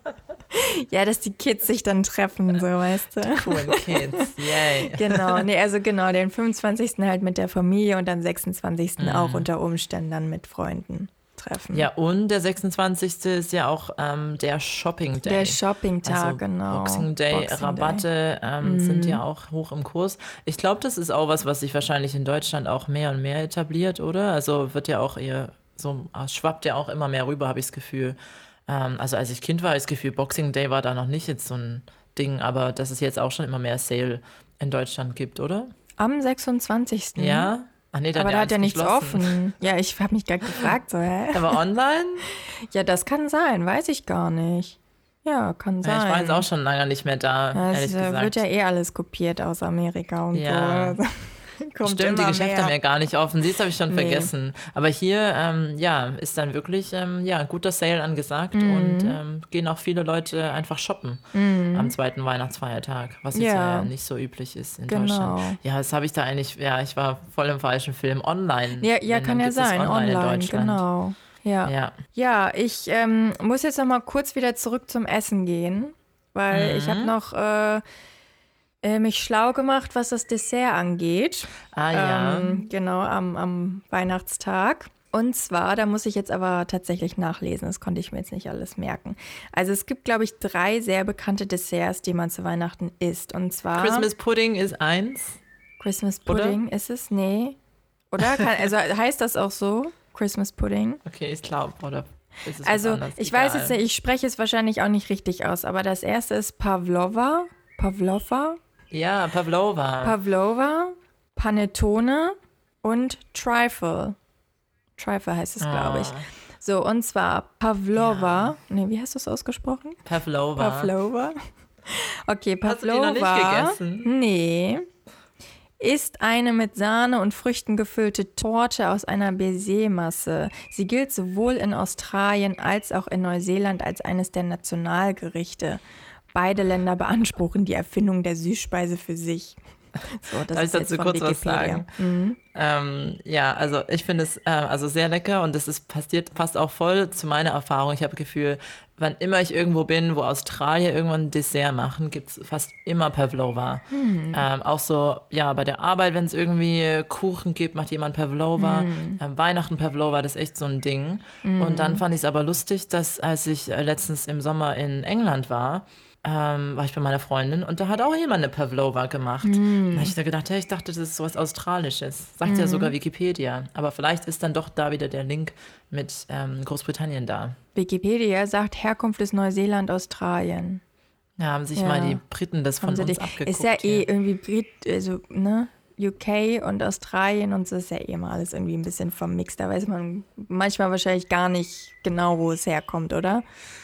Ja, dass die Kids sich dann treffen, so, weißt du.
Cool Kids, yay.
Genau, nee, also genau, den fünfundzwanzigsten halt mit der Familie und dann sechsundzwanzigsten auch unter Umständen dann mit Freunden treffen.
Ja, und der sechsundzwanzigste ist ja auch ähm, der Shopping Day.
Der Shopping-Tag,
also
genau.
Boxing Day,
Boxing
Rabatte ähm, sind ja auch hoch im Kurs. Ich glaube, das ist auch was, was sich wahrscheinlich in Deutschland auch mehr und mehr etabliert, oder? Also wird ja auch eher so, schwappt ja auch immer mehr rüber, habe ich das Gefühl. Ähm, also als ich Kind war, habe ich das Gefühl, Boxing Day war da noch nicht jetzt so ein Ding, aber dass es jetzt auch schon immer mehr Sale in Deutschland gibt, oder?
Am sechsundzwanzigsten
Ja? Ach nee, da
Aber da hat ja
eins
nichts
geschlossen.
offen. Ja, ich habe mich gerade gefragt, so, hä?
Aber online?
Ja, das kann sein, weiß ich gar nicht. Ja, kann sein.
Ja, ich war jetzt auch schon lange nicht mehr da,
Ja, es
ehrlich
äh,
gesagt.
wird ja eh alles kopiert aus Amerika und
Ja.
so. Also, kommt
Stimmt, die
immer
Geschäfte
mehr.
haben ja gar nicht offen. Siehst habe ich schon
Nee.
vergessen. Aber hier, ähm, ja, ist dann wirklich, ähm, ja, guter Sale angesagt
Mhm.
und ähm, gehen auch viele Leute einfach shoppen am zweiten Weihnachtsfeiertag, was jetzt
Ja.
ja nicht so üblich ist in
Genau.
Deutschland. Ja, das habe ich da eigentlich, ja, ich war voll im falschen Film. Online.
Ja, ja
Wenn,
kann
dann
ja
gibt es
sein,
online, in
online,
Deutschland.
genau. Ja.
Ja.
Ja, ich ähm, muss jetzt noch mal kurz wieder zurück zum Essen gehen, weil
Mhm.
ich habe noch äh, äh, mich schlau gemacht, was das Dessert angeht.
Ah ja.
Ähm, genau, am, am Weihnachtstag. Und zwar, da muss ich jetzt aber tatsächlich nachlesen, das konnte ich mir jetzt nicht alles merken. Also es gibt, glaube ich, drei sehr bekannte Desserts, die man zu Weihnachten isst. Und zwar
Christmas Pudding ist eins.
Christmas Pudding, ist es? Nee. Oder? Kann, also heißt das auch so? Christmas Pudding?
Okay, ich glaube, oder ist es was
Also
anderes?
ich
Egal.
weiß jetzt nicht, ich spreche es wahrscheinlich auch nicht richtig aus, aber das erste ist Pavlova. Pavlova?
Ja, Pavlova.
Pavlova, Panettone und Trifle. Trifle heißt es, glaube ich.
Ah.
So, und zwar Pavlova. Nee, wie hast du es ausgesprochen?
Pavlova.
Pavlova. Okay,
Hast du die
Pavlova.
noch nicht gegessen?
Nee. Ist eine mit Sahne und Früchten gefüllte Torte aus einer Baiser-Masse. Sie gilt sowohl in Australien als auch in Neuseeland als eines der Nationalgerichte. Beide Länder beanspruchen die Erfindung der Süßspeise für sich. So, das
Darf ich
ist jetzt
dazu
von
kurz was
Wikipedia.
sagen?
Mhm.
Ähm, ja, also ich finde es äh, also sehr lecker und das ist passiert passt auch voll zu meiner Erfahrung. Ich habe das Gefühl, wann immer ich irgendwo bin, wo Australier irgendwann ein Dessert machen, gibt es fast immer Pavlova.
Hm.
Ähm, auch so, ja, bei der Arbeit, wenn es irgendwie Kuchen gibt, macht jemand Pavlova.
Hm.
Ähm, Weihnachten Pavlova, das ist echt so ein Ding. Und dann fand ich es aber lustig, dass als ich äh, letztens im Sommer in England war, ähm, war ich bei meiner Freundin und da hat auch jemand eine Pavlova gemacht.
Hm.
Da habe ich da gedacht, hey, ich dachte, das ist sowas Australisches. Sagt ja sogar Wikipedia. Aber vielleicht ist dann doch da wieder der Link mit ähm, Großbritannien da.
Wikipedia sagt, Herkunft ist Neuseeland, Australien.
Ja, haben sich
Ja.
mal die Briten das von
Haben sie
uns
die-
abgeguckt.
Ist ja eh
hier.
irgendwie Brit, also, ne? U K und Australien und so ist ja eh mal alles irgendwie ein bisschen vermixt. Da weiß man manchmal wahrscheinlich gar nicht genau, wo es herkommt, oder?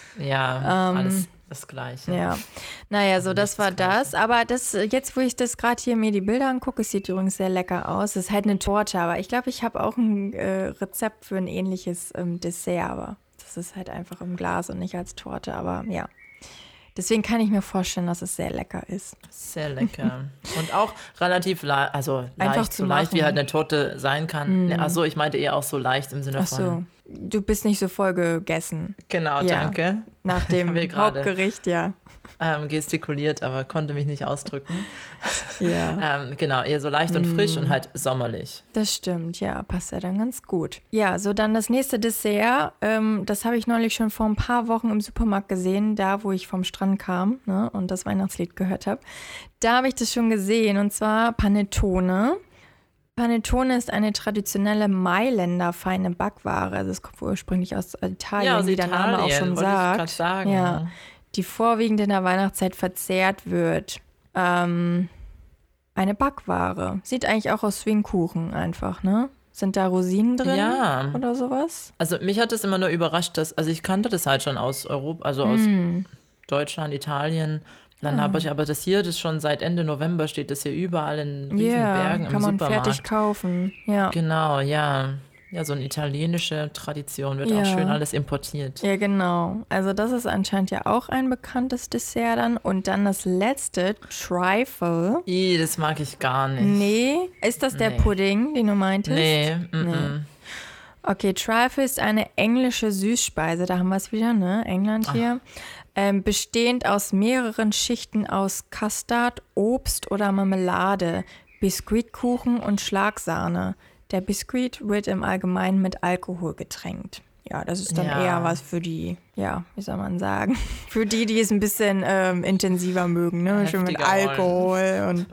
Ja,
Ähm,
alles das Gleiche.
Ja. Naja, so das
nicht
war
das
das. Aber das, jetzt, wo ich das gerade hier mir die Bilder angucke, es sieht übrigens sehr lecker aus. Es ist halt eine Torte, aber ich glaube, ich habe auch ein äh, Rezept für ein ähnliches ähm, Dessert, aber das ist halt einfach im Glas und nicht als Torte, aber ja. Deswegen kann ich mir vorstellen, dass es sehr lecker ist.
Sehr lecker. Und auch relativ leicht, also
Einfach
leicht,
zu
so leicht wie
machen.
halt eine Torte sein kann. Mm. Achso, ich meinte eher auch so leicht im Sinne
Ach
von.
so. du bist nicht so voll gegessen.
Genau,
Ja.
danke.
Nach dem
Wir gerade-
Hauptgericht, ja.
Ähm, gestikuliert, aber konnte mich nicht ausdrücken.
Ja.
Ähm, genau, eher so leicht und frisch und halt sommerlich.
Das stimmt, ja, passt ja dann ganz gut. Ja, so dann das nächste Dessert, ähm, das habe ich neulich schon vor ein paar Wochen im Supermarkt gesehen, da wo ich vom Strand kam, ne, und das Weihnachtslied gehört habe. Da habe ich das schon gesehen, und zwar Panettone. Panettone ist eine traditionelle Mailänder feine Backware, also es kommt ursprünglich aus Italien,
Ja, aus
wie der Name auch
Italien,
schon
wollte ich
sagt.
grad sagen.
Ja, die vorwiegend in der Weihnachtszeit verzehrt wird. Ähm, eine Backware. Sieht eigentlich auch aus wie ein Kuchen einfach, ne? Sind da Rosinen drin
Ja.
oder sowas?
Also mich hat es immer nur überrascht, dass, also ich kannte das halt schon aus Europa, also aus
Mm.
Deutschland, Italien. Dann
Ah.
habe ich aber das hier, das schon seit Ende November steht das hier überall in riesen
Ja,
Bergen
kann
im
man
Supermarkt.
fertig kaufen. Ja.
Genau, ja. Ja, so eine italienische Tradition wird
Ja.
auch schön alles importiert.
Ja, genau. Also das ist anscheinend ja auch ein bekanntes Dessert dann. Und dann das letzte, Trifle.
Ih, das mag ich gar nicht.
Nee, ist das der
Nee.
Pudding, den du meintest?
Nee, mm -mm.
Okay, Trifle ist eine englische Süßspeise, da haben wir es wieder, ne? England hier. Ähm, bestehend aus mehreren Schichten aus Custard, Obst oder Marmelade, Biskuitkuchen und Schlagsahne. Der Biskuit wird im Allgemeinen mit Alkohol getränkt. Ja, das ist dann
Ja.
eher was für die, ja, wie soll man sagen, für die, die es ein bisschen ähm, intensiver mögen, ne? Schon mit
Heftiger wollen.
Alkohol und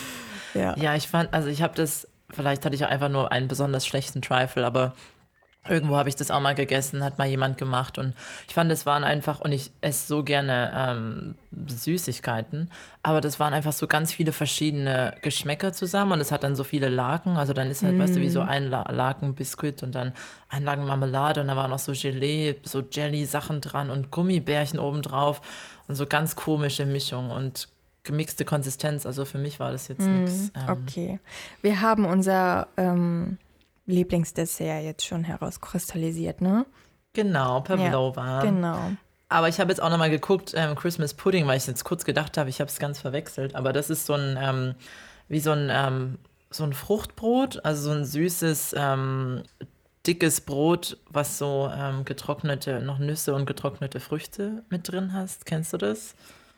ja.
Ja, ich fand, also ich habe das, vielleicht hatte ich ja einfach nur einen besonders schlechten Trifle, aber irgendwo habe ich das auch mal gegessen, hat mal jemand gemacht und ich fand, es waren einfach, und ich esse so gerne ähm, Süßigkeiten, aber das waren einfach so ganz viele verschiedene Geschmäcker zusammen und es hat dann so viele Laken, also dann ist halt, weißt du, wie so ein La Laken Biskuit und dann ein Laken Marmelade und da war noch so Gelee, so Jelly-Sachen dran und Gummibärchen obendrauf und so ganz komische Mischung und gemixte Konsistenz, also für mich war das jetzt nichts. Ähm,
Okay. Wir haben unser ähm, Lieblingsdessert jetzt schon herauskristallisiert, ne?
Genau, Pavlova.
Genau.
Aber ich habe jetzt auch nochmal geguckt, ähm, Christmas Pudding, weil ich jetzt kurz gedacht habe, ich habe es ganz verwechselt. Aber das ist so ein, ähm, wie so ein, ähm, so ein Fruchtbrot, also so ein süßes, ähm, dickes Brot, was so ähm, getrocknete, noch Nüsse und getrocknete Früchte mit drin hast. Kennst du das?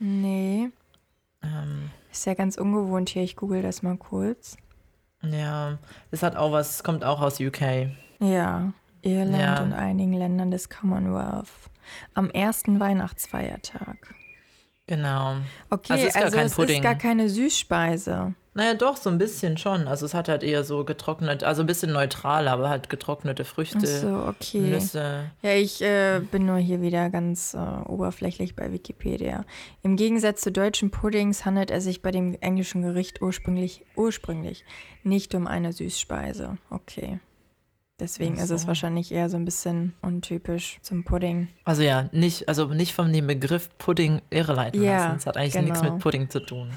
Nee.
Ähm,
Ist ja ganz ungewohnt hier. Ich google das mal kurz.
ja, das hat auch was, kommt auch aus U K.
Ja, Irland
Ja.
und einigen Ländern des Commonwealth. Am ersten Weihnachtsfeiertag.
Genau.
Okay,
Also
also,
es ist gar kein
es
Pudding.
ist gar keine Süßspeise.
Naja, doch, so ein bisschen schon. Also es hat halt eher so getrocknet, also ein bisschen neutral, aber halt getrocknete Früchte,
Ach so, okay.
Nüsse.
Ja, ich äh, bin nur hier wieder ganz äh, oberflächlich bei Wikipedia. Im Gegensatz zu deutschen Puddings handelt es sich bei dem englischen Gericht ursprünglich, ursprünglich nicht um eine Süßspeise. Okay. Deswegen
Ach
ist es
so.
wahrscheinlich eher so ein bisschen untypisch zum Pudding.
Also ja, nicht, also nicht von dem Begriff Pudding irreleiten
Ja,
lassen. Es hat eigentlich
genau.
nichts mit Pudding zu tun.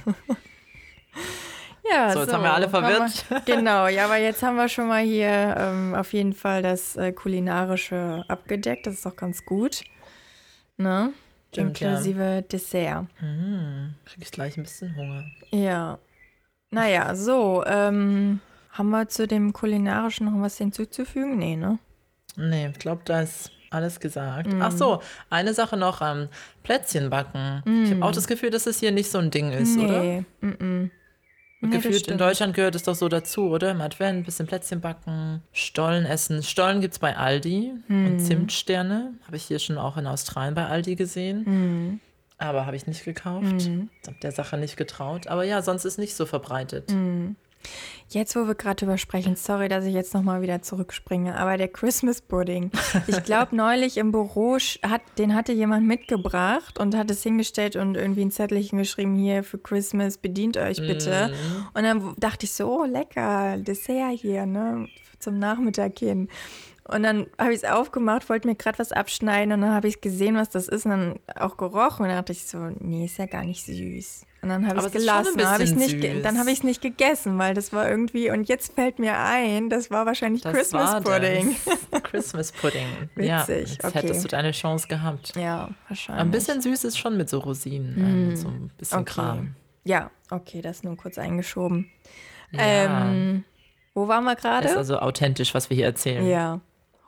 Ja,
So, jetzt haben wir alle verwirrt.
Wir, genau, ja, aber jetzt haben wir schon mal hier ähm, auf jeden Fall das äh, Kulinarische abgedeckt. Das ist doch ganz gut. Ne?
Stimmt, ja.
Inklusive Dessert.
Mhm. Krieg ich gleich ein bisschen Hunger.
Ja. Naja, so, ähm, haben wir zu dem Kulinarischen noch was hinzuzufügen? Nee, ne?
Nee, ich glaube, da ist alles gesagt.
Mhm.
Ach so, eine Sache noch, ähm, Plätzchen backen. Ich habe auch das Gefühl, dass es hier nicht so ein Ding ist, oder?
Nee, mm -mm.
Und
Nee, das
gefühlt in
stimmt.
Deutschland gehört es doch so dazu, oder? Im Advent, ein bisschen Plätzchen backen, Stollen essen. Stollen gibt es bei Aldi
Hm.
und Zimtsterne. Habe ich hier schon auch in Australien bei Aldi gesehen.
Hm.
Aber habe ich nicht gekauft.
Mhm.
Hab der Sache nicht getraut. Aber ja, sonst ist nicht so verbreitet.
Mhm. Jetzt, wo wir gerade drüber sprechen, sorry, dass ich jetzt nochmal wieder zurückspringe, aber der Christmas Pudding, ich glaube neulich im Büro, sch- hat, den hatte jemand mitgebracht und hat es hingestellt und irgendwie ein Zettelchen geschrieben, hier für Christmas, bedient euch bitte.
Mhm.
Und dann w- dachte ich so, oh lecker, Dessert hier, ne, zum Nachmittag hin. Und dann habe ich es aufgemacht, wollte mir gerade was abschneiden und dann habe ich gesehen, was das ist und dann auch gerochen und dann dachte ich so, nee, ist ja gar nicht süß. Und dann habe ich
Aber
es
es ist schon ein
gelassen, dann habe ich
bisschen
nicht, ge-
süß.
dann habe ich es nicht gegessen, weil das war irgendwie, und jetzt fällt mir ein, das war wahrscheinlich
Das
Christmas
war
Pudding.
Das. Christmas Pudding. Ja,
Witzig,
jetzt
okay.
hättest du deine Chance gehabt.
Ja, wahrscheinlich.
Ein bisschen süß ist schon mit so Rosinen, ähm, so ein bisschen
Okay.
Kram.
Ja, okay, das nur kurz eingeschoben.
Ja.
Ähm, wo waren wir gerade?
Ist also authentisch, was wir hier erzählen.
Ja.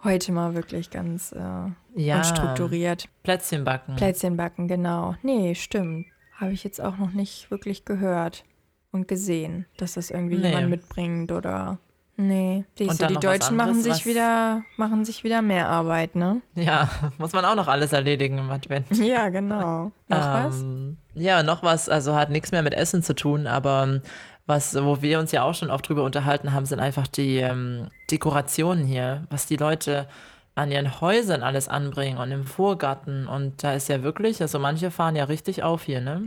heute mal wirklich ganz äh,
Ja.
unstrukturiert.
Plätzchen backen.
Plätzchen backen, genau. Nee, stimmt. Habe ich jetzt auch noch nicht wirklich gehört und gesehen, dass das irgendwie
Nee.
jemand mitbringt oder. Nee, siehst
Und
du,
dann
die
noch was
Deutschen machen
anderes,
sich
was-
wieder, machen sich wieder mehr Arbeit, ne?
Ja, muss man auch noch alles erledigen im Advent.
Ja, genau. Noch was?
Ähm, Ja, noch was, also hat nichts mehr mit Essen zu tun, aber ähm, was, wo wir uns ja auch schon oft drüber unterhalten haben, sind einfach die ähm, Dekorationen hier, was die Leute an ihren Häusern alles anbringen und im Vorgarten. Und da ist ja wirklich, also manche fahren ja richtig auf hier, ne?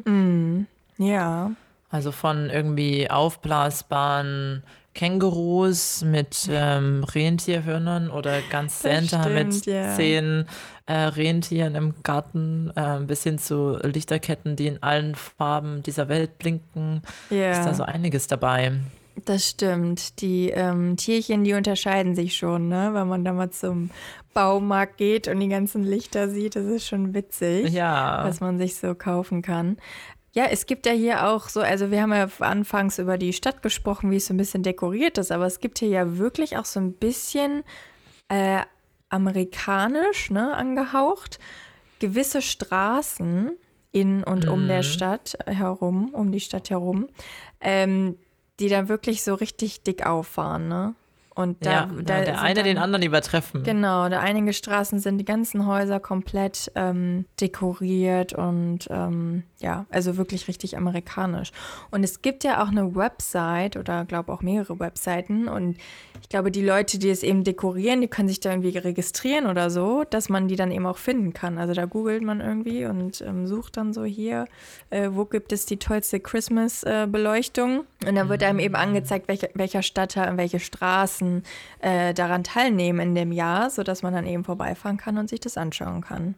Ja.
Also von irgendwie aufblasbaren Kängurus mit ähm, Rentierhörnern oder ganz
Das
Santa mit
stimmt, ja.
zehn äh, Rentieren im Garten, äh, bis hin zu Lichterketten, die in allen Farben dieser Welt blinken.
Ja.
Ist da so einiges dabei.
Das stimmt. Die ähm, Tierchen, die unterscheiden sich schon, ne? Wenn man da mal zum Baumarkt geht und die ganzen Lichter sieht, das ist schon witzig,
Ja.
was man sich so kaufen kann. Ja, es gibt ja hier auch so, also wir haben ja anfangs über die Stadt gesprochen, wie es so ein bisschen dekoriert ist, aber es gibt hier ja wirklich auch so ein bisschen äh, amerikanisch, ne, angehaucht. Gewisse Straßen in und um der Stadt herum, um die Stadt herum, ähm, die dann wirklich so richtig dick auffahren, ne? Und da,
ja,
da
der
sind
eine
dann,
den anderen übertreffen.
Genau, da einige Straßen sind die ganzen Häuser komplett ähm, dekoriert und ähm, ja, also wirklich richtig amerikanisch. Und es gibt ja auch eine Website oder glaube auch mehrere Webseiten und ich glaube, die Leute, die es eben dekorieren, die können sich da irgendwie registrieren oder so, dass man die dann eben auch finden kann. Also da googelt man irgendwie und ähm, sucht dann so hier, äh, wo gibt es die tollste Christmas-Beleuchtung? Und dann wird einem eben angezeigt, welche, welcher Stadtteil und welche Straßen äh, daran teilnehmen in dem Jahr, sodass man dann eben vorbeifahren kann und sich das anschauen kann.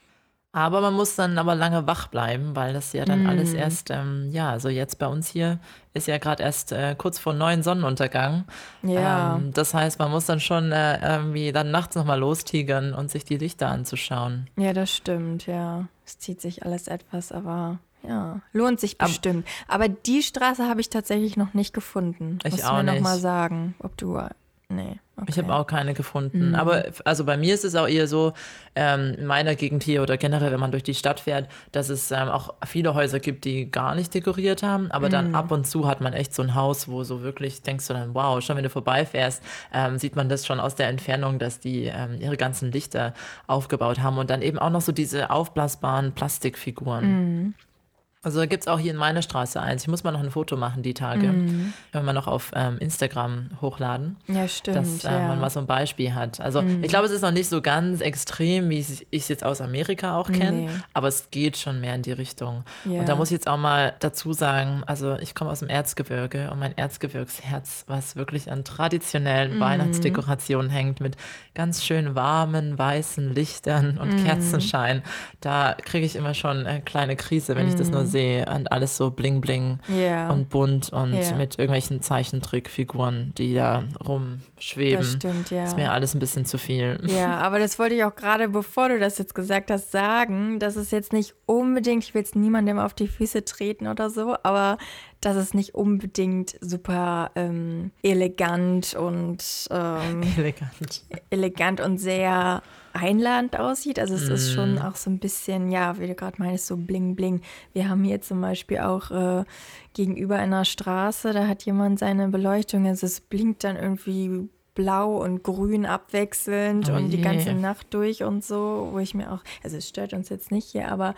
Aber man muss dann aber lange wach bleiben, weil das ja dann
Mm.
alles erst, ähm, ja, also jetzt bei uns hier ist ja gerade erst äh, kurz vor neun Sonnenuntergang.
Ja.
Ähm, das heißt, man muss dann schon äh, irgendwie dann nachts nochmal lostigern und sich die Lichter anzuschauen.
Ja, das stimmt, ja. Es zieht sich alles etwas, aber ja, lohnt sich
Ab-
bestimmt. Aber die Straße habe ich tatsächlich noch nicht gefunden.
Ich
Musst du
auch
mir noch
nicht.
mal sagen, ob du. Nee. Okay.
Ich habe auch keine gefunden. Aber f- also bei mir ist es auch eher so, ähm, in meiner Gegend hier oder generell, wenn man durch die Stadt fährt, dass es ähm, auch viele Häuser gibt, die gar nicht dekoriert haben. Aber dann ab und zu hat man echt so ein Haus, wo so wirklich denkst du dann, wow, schon wenn du vorbeifährst, ähm, sieht man das schon aus der Entfernung, dass die ähm, ihre ganzen Lichter aufgebaut haben. Und dann eben auch noch so diese aufblasbaren Plastikfiguren. Also da gibt es auch hier in meiner Straße eins. Ich muss mal noch ein Foto machen, die Tage. Wenn wir noch auf ähm, Instagram hochladen.
Ja, stimmt.
Dass äh,
ja.
man mal so ein Beispiel hat. Also ich glaube, es ist noch nicht so ganz extrem, wie ich es jetzt aus Amerika auch kenne,
Nee.
aber es geht schon mehr in die Richtung.
Ja.
Und da muss ich jetzt auch mal dazu sagen, also ich komme aus dem Erzgebirge und mein Erzgebirgsherz, was wirklich an traditionellen Weihnachtsdekorationen hängt, mit ganz schön warmen, weißen Lichtern und Kerzenschein, da kriege ich immer schon eine kleine Krise, wenn ich das nur sehe und alles so bling bling
Ja.
und bunt und
Ja.
mit irgendwelchen Zeichentrickfiguren, die da rumschweben.
Das stimmt, ja.
Ist mir alles ein bisschen zu viel.
Ja, aber das wollte ich auch gerade, bevor du das jetzt gesagt hast, sagen, dass es jetzt nicht unbedingt, ich will jetzt niemandem auf die Füße treten oder so, aber dass es nicht unbedingt super ähm, elegant und ähm,
Elegant.
elegant und sehr einladend aussieht. Also es ist schon auch so ein bisschen, ja, wie du gerade meinst, so bling bling. Wir haben hier zum Beispiel auch äh, gegenüber einer Straße, da hat jemand seine Beleuchtung, also es blinkt dann irgendwie blau und grün abwechselnd
Oh
und die
je.
ganze Nacht durch und so, wo ich mir auch, also es stört uns jetzt nicht hier, aber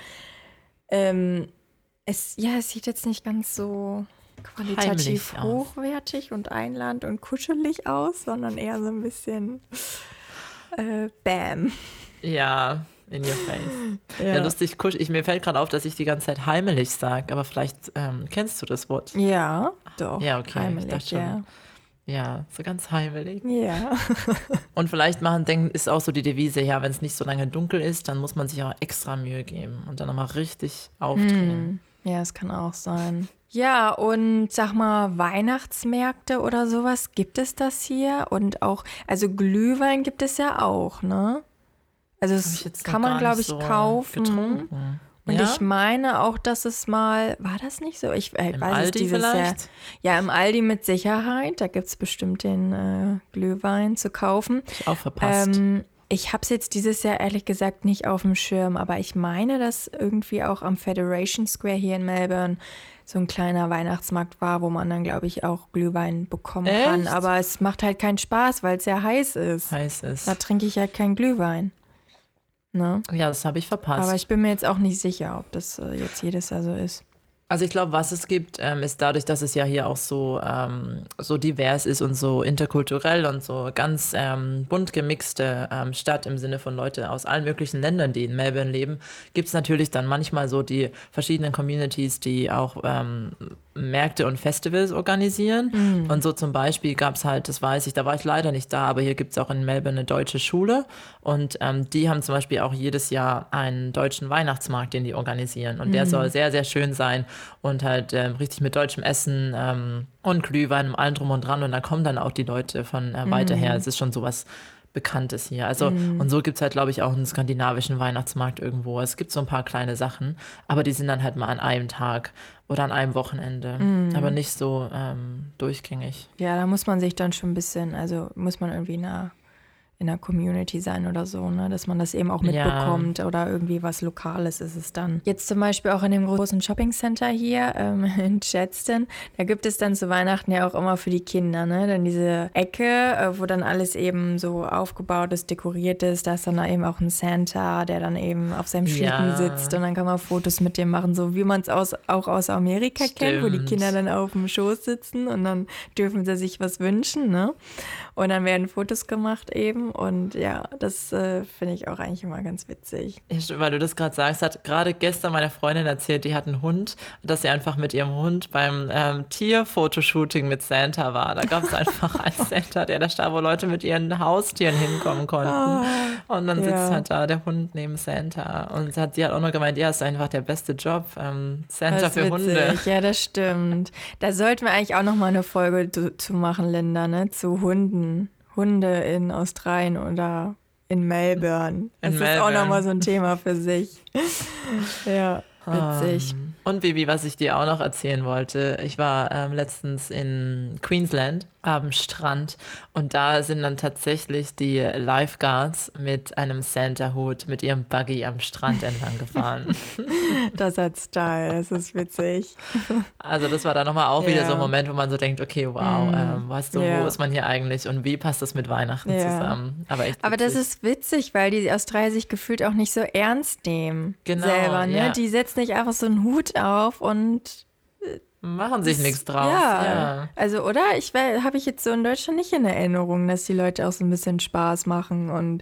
ähm, es, ja, es sieht jetzt nicht ganz so qualitativ
Heimlich aus.
hochwertig und einladend und kuschelig aus, sondern eher so ein bisschen äh, Bam.
Ja, in your face.
Ja.
Ja, lustig, kusch. Ich, mir fällt gerade auf, dass ich die ganze Zeit heimelig sage, aber vielleicht ähm, kennst du das Wort.
Ja, doch.
Ja, okay, ich
Heimlich,
dachte schon.
ja.
Ja, so ganz heimelig.
Ja.
Und vielleicht machen, denken, ist auch so die Devise, ja, wenn es nicht so lange dunkel ist, dann muss man sich auch extra Mühe geben und dann nochmal richtig aufdrehen.
Ja, es kann auch sein. Ja, und sag mal, Weihnachtsmärkte oder sowas, gibt es das hier? Und auch, also Glühwein gibt es ja auch, ne? Also
Hab ich
das
jetzt noch
kann man,
gar
glaube
nicht
ich,
so
kaufen.
getrunken.
Und
Ja?
ich meine auch, dass es mal, war das nicht so? Ich äh,
Im
weiß es
Aldi
dieses Jahr.
vielleicht?
Ja, im Aldi mit Sicherheit. Da gibt es bestimmt den äh, Glühwein zu kaufen.
Ich auch verpasst.
Ähm, ich habe es jetzt dieses Jahr ehrlich gesagt nicht auf dem Schirm, aber ich meine, dass irgendwie auch am Federation Square hier in Melbourne so ein kleiner Weihnachtsmarkt war, wo man dann, glaube ich, auch Glühwein bekommen kann.
Echt?
Aber es macht halt keinen Spaß, weil es ja heiß ist.
Heiß ist.
Da trinke ich halt keinen Glühwein. Ne?
Ja, das habe ich verpasst.
Aber ich bin mir jetzt auch nicht sicher, ob das äh, jetzt jedes Jahr so ist.
Also ich glaube, was es gibt, ähm, ist dadurch, dass es ja hier auch so, ähm, so divers ist und so interkulturell und so ganz ähm, bunt gemixte ähm, Stadt im Sinne von Leute aus allen möglichen Ländern, die in Melbourne leben, gibt es natürlich dann manchmal so die verschiedenen Communities, die auch ähm, Märkte und Festivals organisieren.
Mhm.
Und so zum Beispiel gab es halt, das weiß ich, da war ich leider nicht da, aber hier gibt es auch in Melbourne eine deutsche Schule und ähm, die haben zum Beispiel auch jedes Jahr einen deutschen Weihnachtsmarkt, den die organisieren. Und der
Mhm.
soll sehr, sehr schön sein und halt ähm, richtig mit deutschem Essen ähm, und Glühwein und allem drum und dran. Und da kommen dann auch die Leute von äh, weiter her. Es ist schon sowas Bekanntes hier. Also, und so gibt es halt, glaube ich, auch einen skandinavischen Weihnachtsmarkt irgendwo. Es gibt so ein paar kleine Sachen, aber die sind dann halt mal an einem Tag oder an einem Wochenende, aber nicht so ähm, durchgängig.
Ja, da muss man sich dann schon ein bisschen, also muss man irgendwie in einer, in einer Community sein oder so, ne, dass man das eben auch mitbekommt oder irgendwie was Lokales ist es dann. Jetzt zum Beispiel auch in dem großen Shoppingcenter hier ähm, in Chadstone, da gibt es dann zu Weihnachten ja auch immer für die Kinder, ne, dann diese Ecke, äh, wo dann alles eben so aufgebaut ist, dekoriert ist, da ist dann eben auch ein Santa, der dann eben auf seinem Schlitten
Ja.
sitzt und dann kann man Fotos mit dem machen, so wie man es aus, auch aus Amerika kennt, wo die
Stimmt.
Kinder dann auf dem Schoß sitzen und dann dürfen sie sich was wünschen, ne? Und dann werden Fotos gemacht eben und ja, das äh, finde ich auch eigentlich immer ganz witzig.
Ja, stimmt, weil du das gerade sagst, hat gerade gestern meine Freundin erzählt, die hat einen Hund, dass sie einfach mit ihrem Hund beim ähm, Tierfotoshooting mit Santa war. Da gab es einfach einen Santa, der da stand, wo Leute mit ihren Haustieren hinkommen konnten. Und dann
ja.
sitzt halt da der Hund neben Santa. Und sie hat, sie hat auch noch gemeint, ja, ist einfach der beste Job, ähm, Santa
Das ist
für Hunde.
witzig. Ja, das stimmt. Da sollten wir eigentlich auch noch mal eine Folge zu, zu machen, Linda, ne? Zu Hunden. Hunde in Australien oder in Melbourne. Das
In
ist auch
Melbourne.
noch mal so ein Thema für sich. Ja, witzig.
Ähm, Und Bibi, was ich dir auch noch erzählen wollte, ich war ähm, letztens in Queensland am Strand und da sind dann tatsächlich die Lifeguards mit einem Santa-Hut mit ihrem Buggy am Strand entlang gefahren.
Das hat Style, das ist witzig.
Also das war dann nochmal auch wieder
Ja.
so ein Moment, wo man so denkt, okay, wow,
Mm.
ähm, weißt du,
Ja.
wo ist man hier eigentlich und wie passt das mit Weihnachten
Ja.
zusammen? Aber echt
Aber das
witzig.
ist witzig, weil die Australier sich gefühlt auch nicht so ernst nehmen
Genau,
selber. Ne?
ja.
Die setzen nicht einfach so einen Hut auf und
Machen sich nichts draus.
Ja,
Ja.
also oder? Ich habe ich jetzt so in Deutschland nicht in Erinnerung, dass die Leute auch so ein bisschen Spaß machen und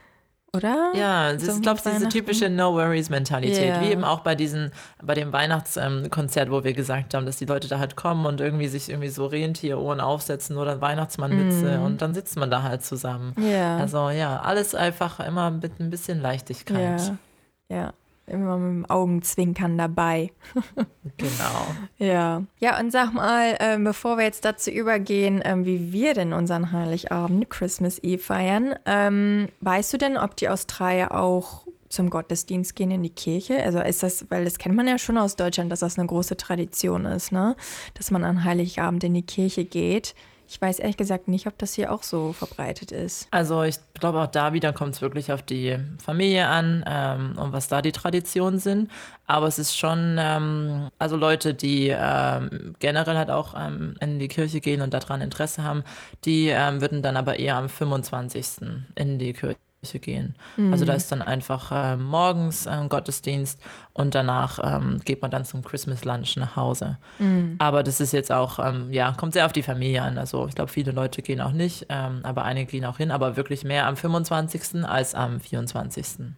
oder?
Ja, das
So
ist, glaube ich,
mit
diese
Weihnachten.
typische No-Worries-Mentalität.
Ja.
Wie eben auch bei diesen, bei dem Weihnachtskonzert, wo wir gesagt haben, dass die Leute da halt kommen und irgendwie sich irgendwie so Rentierohren aufsetzen oder Weihnachtsmannmütze und dann sitzt man da halt zusammen.
Mm. Ja.
Also ja, alles einfach immer mit ein bisschen Leichtigkeit.
Ja. Ja. Immer mit dem Augenzwinkern dabei.
Genau.
Ja. Ja, und sag mal, ähm, bevor wir jetzt dazu übergehen, ähm, wie wir denn unseren Heiligabend, Christmas Eve feiern, ähm, weißt du denn, ob die Australier auch zum Gottesdienst gehen in die Kirche? Also ist das, weil das kennt man ja schon aus Deutschland, dass das eine große Tradition ist, ne? Dass man an Heiligabend in die Kirche geht. Ich weiß ehrlich gesagt nicht, ob das hier auch so verbreitet ist.
Also ich glaube auch da wieder kommt es wirklich auf die Familie an ähm, und was da die Traditionen sind. Aber es ist schon, ähm, also Leute, die ähm, generell halt auch ähm, in die Kirche gehen und daran Interesse haben, die ähm, würden dann aber eher am fünfundzwanzigsten in die Kirche gehen. Also da ist dann einfach ähm, morgens ähm, Gottesdienst und danach ähm, geht man dann zum Christmas Lunch nach Hause. Aber das ist jetzt auch, ähm, ja, kommt sehr auf die Familie an. Also ich glaube, viele Leute gehen auch nicht, ähm, aber einige gehen auch hin, aber wirklich mehr am fünfundzwanzigsten als am vierundzwanzigsten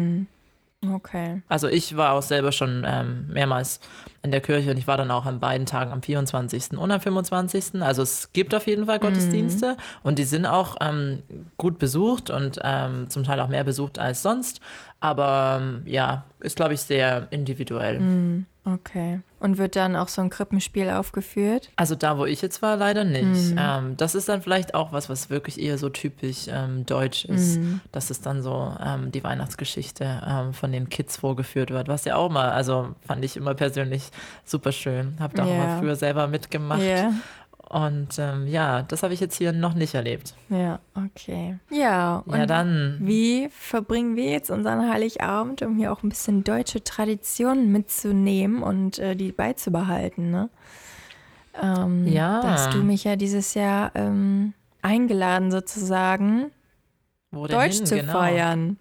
Okay.
Also ich war auch selber schon ähm, mehrmals in der Kirche und ich war dann auch an beiden Tagen am vierundzwanzigsten und am fünfundzwanzigsten Also es gibt auf jeden Fall Gottesdienste und die sind auch ähm, gut besucht und ähm, zum Teil auch mehr besucht als sonst. Aber ähm, ja, ist glaube ich sehr individuell.
Okay. Und wird dann auch so ein Krippenspiel aufgeführt?
Also da, wo ich jetzt war, leider nicht.
Mhm.
Ähm, das ist dann vielleicht auch was, was wirklich eher so typisch ähm, deutsch ist,
Mhm.
dass es dann so ähm, die Weihnachtsgeschichte ähm, von den Kids vorgeführt wird, was ja auch mal, also fand ich immer persönlich super schön. Hab da auch
Ja.
mal früher selber mitgemacht.
Ja.
Und ähm, ja, das habe ich jetzt hier noch nicht erlebt.
Ja, okay. Ja, und
Ja, dann.
wie verbringen wir jetzt unseren Heiligabend, um hier auch ein bisschen deutsche Traditionen mitzunehmen und äh, die beizubehalten, ne? Ähm,
Ja.
Da hast du mich ja dieses Jahr ähm, eingeladen, sozusagen,
Wo denn
Deutsch
hin?
zu
Genau.
feiern.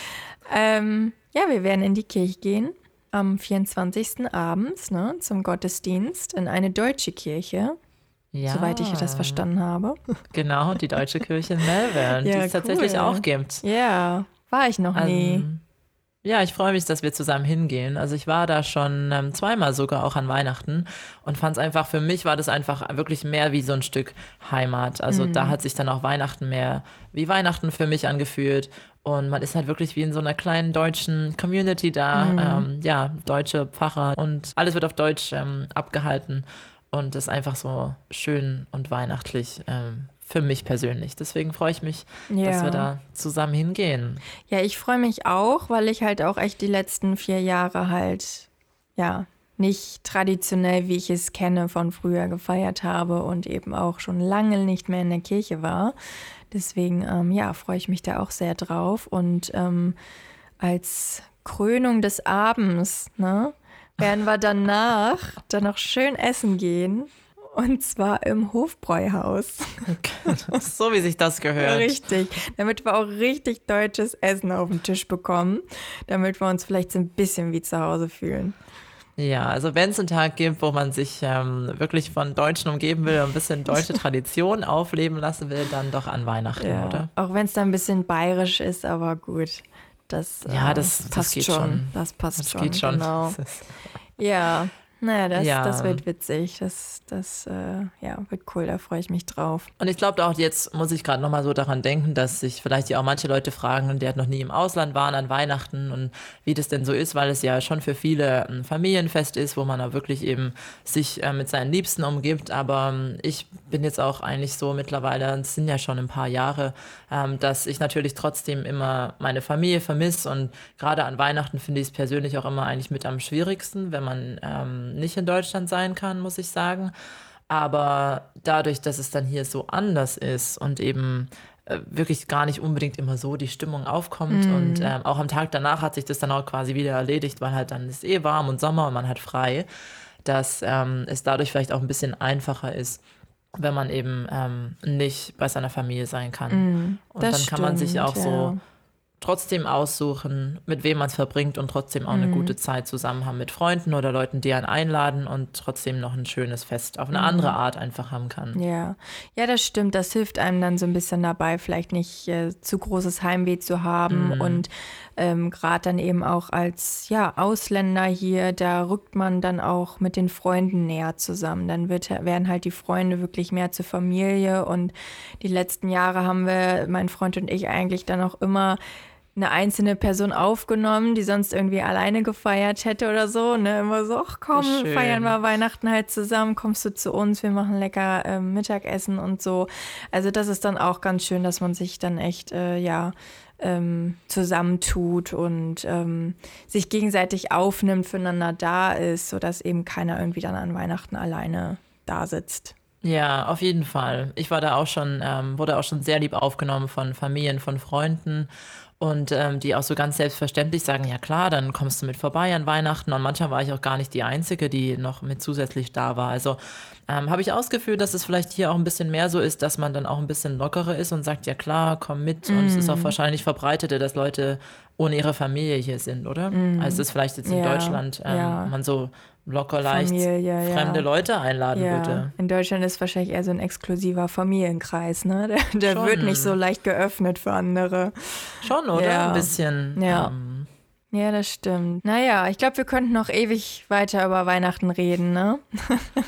Ähm, ja, wir werden in die Kirche gehen am vierundzwanzigsten abends, ne, zum Gottesdienst in eine deutsche Kirche,
Ja,
soweit ich das verstanden habe.
genau, die Deutsche Kirche in Melbourne,
Ja,
die es tatsächlich
cool.
auch gibt.
Ja, war ich noch nie.
Ähm, ja, ich freue mich, dass wir zusammen hingehen. Also ich war da schon ähm, zweimal sogar auch an Weihnachten und fand es einfach, für mich war das einfach wirklich mehr wie so ein Stück Heimat. Also da hat sich dann auch Weihnachten mehr wie Weihnachten für mich angefühlt. Und man ist halt wirklich wie in so einer kleinen deutschen Community da. Ähm, ja, deutsche Pfarrer und alles wird auf Deutsch ähm, abgehalten. Und das ist einfach so schön und weihnachtlich ähm, für mich persönlich. Deswegen freue ich mich,
Ja.
dass wir da zusammen hingehen.
Ja, ich freue mich auch, weil ich halt auch echt die letzten vier Jahre halt, ja, nicht traditionell, wie ich es kenne, von früher gefeiert habe und eben auch schon lange nicht mehr in der Kirche war. Deswegen, ähm, ja, freue ich mich da auch sehr drauf. Und ähm, als Krönung des Abends, ne, werden wir danach dann noch schön essen gehen. Und zwar im Hofbräuhaus.
So wie sich das gehört.
Richtig. Damit wir auch richtig deutsches Essen auf den Tisch bekommen. Damit wir uns vielleicht so ein bisschen wie zu Hause fühlen.
Ja, also wenn es einen Tag gibt, wo man sich ähm, wirklich von Deutschen umgeben will und ein bisschen deutsche Tradition aufleben lassen will, dann doch an Weihnachten,
Ja.
oder?
Auch wenn es da ein bisschen bayerisch ist, aber gut. Das,
Ja,
äh,
das- das
passt
geht
schon.
schon.
Das passt
Das
schon.
geht schon.
Genau. Ja. Naja, das,
Ja.
das wird witzig. Das, das äh, ja, wird cool, da freue ich mich drauf.
Und ich glaube auch, jetzt muss ich gerade nochmal so daran denken, dass sich vielleicht ja auch manche Leute fragen, die halt noch nie im Ausland waren an Weihnachten und wie das denn so ist, weil es ja schon für viele ein Familienfest ist, wo man auch wirklich eben sich äh, mit seinen Liebsten umgibt. Aber ähm, ich bin jetzt auch eigentlich so mittlerweile, es sind ja schon ein paar Jahre, ähm, dass ich natürlich trotzdem immer meine Familie vermisse. Und gerade an Weihnachten finde ich es persönlich auch immer eigentlich mit am schwierigsten, wenn man ähm, nicht in Deutschland sein kann, muss ich sagen. Aber dadurch, dass es dann hier so anders ist und eben äh, wirklich gar nicht unbedingt immer so die Stimmung aufkommt und ähm, auch am Tag danach hat sich das dann auch quasi wieder erledigt, weil halt dann ist eh warm und Sommer und man hat frei, dass ähm, es dadurch vielleicht auch ein bisschen einfacher ist, wenn man eben ähm, nicht bei seiner Familie sein kann. Und
das
dann kann man sich
stimmt,
auch
ja.
so trotzdem aussuchen, mit wem man es verbringt und trotzdem auch eine gute Zeit zusammen haben mit Freunden oder Leuten, die einen einladen und trotzdem noch ein schönes Fest auf eine andere Art einfach haben kann.
Ja, ja, das stimmt. Das hilft einem dann so ein bisschen dabei, vielleicht nicht äh, zu großes Heimweh zu haben. Und ähm, gerade dann eben auch als ja, Ausländer hier, da rückt man dann auch mit den Freunden näher zusammen. Dann wird, werden halt die Freunde wirklich mehr zur Familie. Und die letzten Jahre haben wir, mein Freund und ich, eigentlich dann auch immer eine einzelne Person aufgenommen, die sonst irgendwie alleine gefeiert hätte oder so. Ne? Immer so, ach komm,
Schön.
feiern wir Weihnachten halt zusammen, kommst du zu uns, wir machen lecker ähm, Mittagessen und so. Also das ist dann auch ganz schön, dass man sich dann echt, äh, ja, ähm, zusammentut und ähm, sich gegenseitig aufnimmt, füreinander da ist, sodass eben keiner irgendwie dann an Weihnachten alleine da sitzt.
Ja, auf jeden Fall. Ich war da auch schon, ähm, wurde auch schon sehr lieb aufgenommen von Familien, von Freunden und ähm, die auch so ganz selbstverständlich sagen, ja klar, dann kommst du mit vorbei an Weihnachten und manchmal war ich auch gar nicht die Einzige, die noch mit zusätzlich da war. Also ähm, habe ich ausgefühlt, dass es vielleicht hier auch ein bisschen mehr so ist, dass man dann auch ein bisschen lockerer ist und sagt, ja klar, komm mit. Und es ist auch wahrscheinlich verbreiteter, dass Leute ohne ihre Familie hier sind, oder? Mm. Also es ist vielleicht jetzt in
Ja,
Deutschland, ähm,
ja.
man so locker leicht
Familie, ja.
fremde Leute einladen
Ja,
würde.
in Deutschland ist wahrscheinlich eher so ein exklusiver Familienkreis, ne? Der, der
Schon.
wird nicht so leicht geöffnet für andere.
Schon, oder?
Ja.
Ein bisschen.
Ja.
Ähm,
Ja, das stimmt. Naja, ich glaube, wir könnten noch ewig weiter über Weihnachten reden, ne?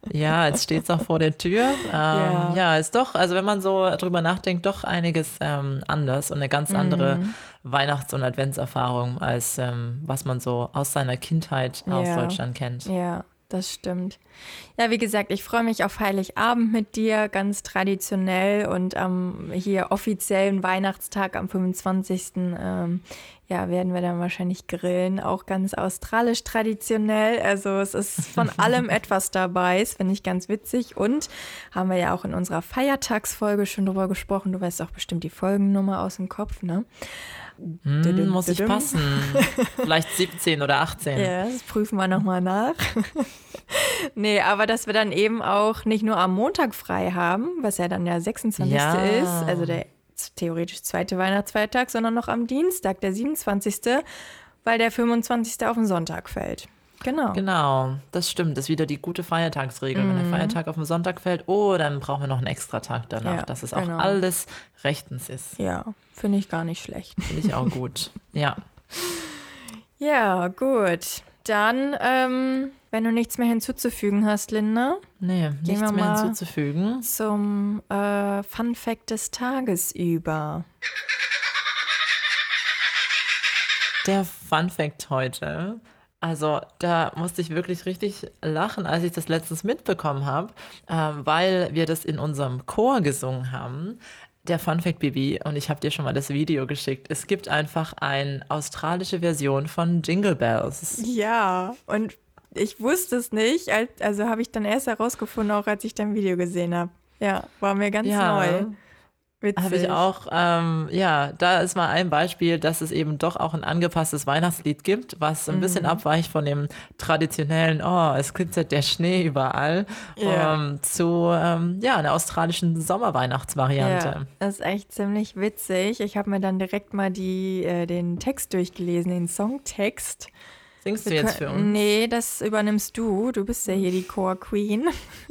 Ja, jetzt steht es auch vor der Tür. Ähm,
Ja.
ja. Ist doch, also wenn man so drüber nachdenkt, doch einiges ähm, anders und eine ganz andere
Mhm.
Weihnachts- und Adventserfahrung, als ähm, was man so aus seiner Kindheit aus
Ja.
Deutschland kennt.
Ja, das stimmt. Ja, wie gesagt, ich freue mich auf Heiligabend mit dir, ganz traditionell und am hier offiziellen Weihnachtstag am fünfundzwanzigsten Ähm, ja, werden wir dann wahrscheinlich grillen, auch ganz australisch traditionell. Also es ist von allem etwas dabei, das finde ich ganz witzig und haben wir ja auch in unserer Feiertagsfolge schon drüber gesprochen. Du weißt auch bestimmt die Folgennummer aus dem Kopf, ne?
Hm, muss ich passen. Vielleicht siebzehn oder achtzehn.
Ja, das prüfen wir nochmal nach. Nee, aber dass wir dann eben auch nicht nur am Montag frei haben, was ja dann der sechsundzwanzigste
Ja.
ist, also der theoretisch zweite Weihnachtsfeiertag, sondern noch am Dienstag, der siebenundzwanzigste, weil der fünfundzwanzigste auf den Sonntag fällt. Genau.
Genau, das stimmt. Das ist wieder die gute Feiertagsregel. Wenn der Feiertag auf den Sonntag fällt, oh, dann brauchen wir noch einen extra Tag danach,
Ja,
dass es auch
genau.
alles rechtens ist.
Ja, finde ich gar nicht schlecht.
Finde ich auch gut. Ja.
Ja, gut. Dann, ähm, wenn du nichts mehr hinzuzufügen hast, Linda,
Nee, nichts
wir
mehr
mal-
hinzuzufügen.
zum äh, Fun Fact des Tages über.
Der Fun Fact heute. Also da musste ich wirklich richtig lachen, als ich das letztens mitbekommen habe, äh, weil wir das in unserem Chor gesungen haben. Der Fun Fact, Bibi, und ich habe dir schon mal das Video geschickt. Es gibt einfach eine australische Version von Jingle Bells.
Ja, und ich wusste es nicht, als, also habe ich dann erst herausgefunden, auch als ich dein Video gesehen habe. Ja, war mir ganz
Ja.
neu. Witzig.
Habe ich auch, ähm, ja, da ist mal ein Beispiel, dass es eben doch auch ein angepasstes Weihnachtslied gibt, was ein bisschen abweicht von dem traditionellen, oh, es glitzert der Schnee überall,
Ja.
ähm, zu, ähm, ja, einer australischen Sommerweihnachtsvariante.
Ja, das ist echt ziemlich witzig. Ich habe mir dann direkt mal die, äh, den Text durchgelesen, den Songtext.
Singst du
Wir
jetzt für
können-
uns?
Nee, das übernimmst du. Du bist ja hier die Core Queen.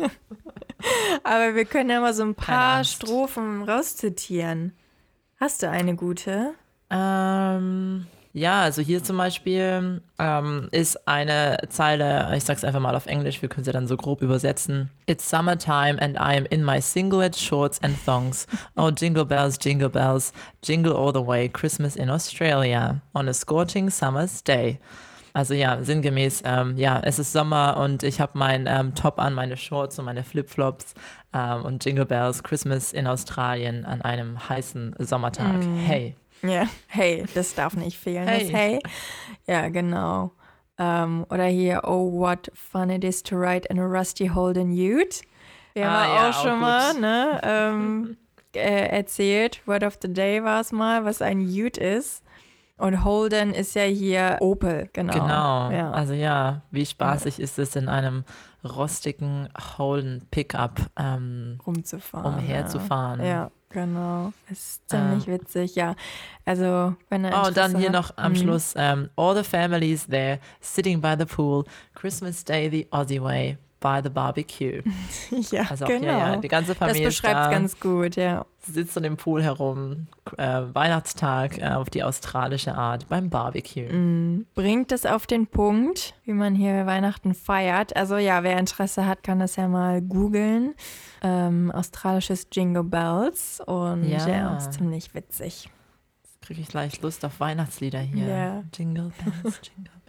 Aber wir können ja mal so ein paar
Angst.
Strophen rauszitieren. Hast du eine gute?
Ähm, ja, also hier zum Beispiel ähm, ist eine Zeile, ich sag's einfach mal auf Englisch, wir können sie dann so grob übersetzen. It's summertime and I am in my singlet, shorts and thongs. Oh, jingle bells, jingle bells, jingle all the way, Christmas in Australia on a scorching summer's day. Also ja, sinngemäß, ähm, ja, es ist Sommer und ich habe meinen ähm, Top an, meine Shorts und meine Flipflops ähm, und Jingle Bells, Christmas in Australien an einem heißen Sommertag. Hey.
Ja, hey, das darf nicht fehlen.
Hey.
Das hey. Ja, genau. Ähm, oder hier, oh, what fun it is to ride in a rusty Holden Ute. Wir haben
Ah,
ja
ja,
auch
auch
schon
gut.
mal ne, ähm, äh, erzählt, Word of the Day war es mal, was ein Ute ist. Und Holden ist ja hier Opel, genau.
Genau,
Ja.
also ja, wie spaßig ist es in einem rostigen Holden Pickup ähm,
Rumzufahren.
umherzufahren.
Ja. ja, genau. Ist ziemlich witzig, ja. Also, wenn er
Oh, und dann
Interesse
hier
hat-
noch am
Mhm.
Schluss, ähm, all the families there, sitting by the pool, Christmas Day the Aussie way, by the barbecue.
Ja,
Also auch
genau.
hier, ja, die ganze
Das
Familie ist
beschreibt
da,
ganz gut, ja.
sitzt um den Pool herum, äh, Weihnachtstag äh, auf die australische Art beim Barbecue.
Bringt es auf den Punkt, wie man hier Weihnachten feiert. Also ja, wer Interesse hat, kann das ja mal googeln. Ähm, australisches Jingle Bells. Und ja,
Ja.
ist ziemlich witzig.
Kriege ich gleich Lust auf Weihnachtslieder hier.
Ja.
Jingle Bells, Jingle Bells.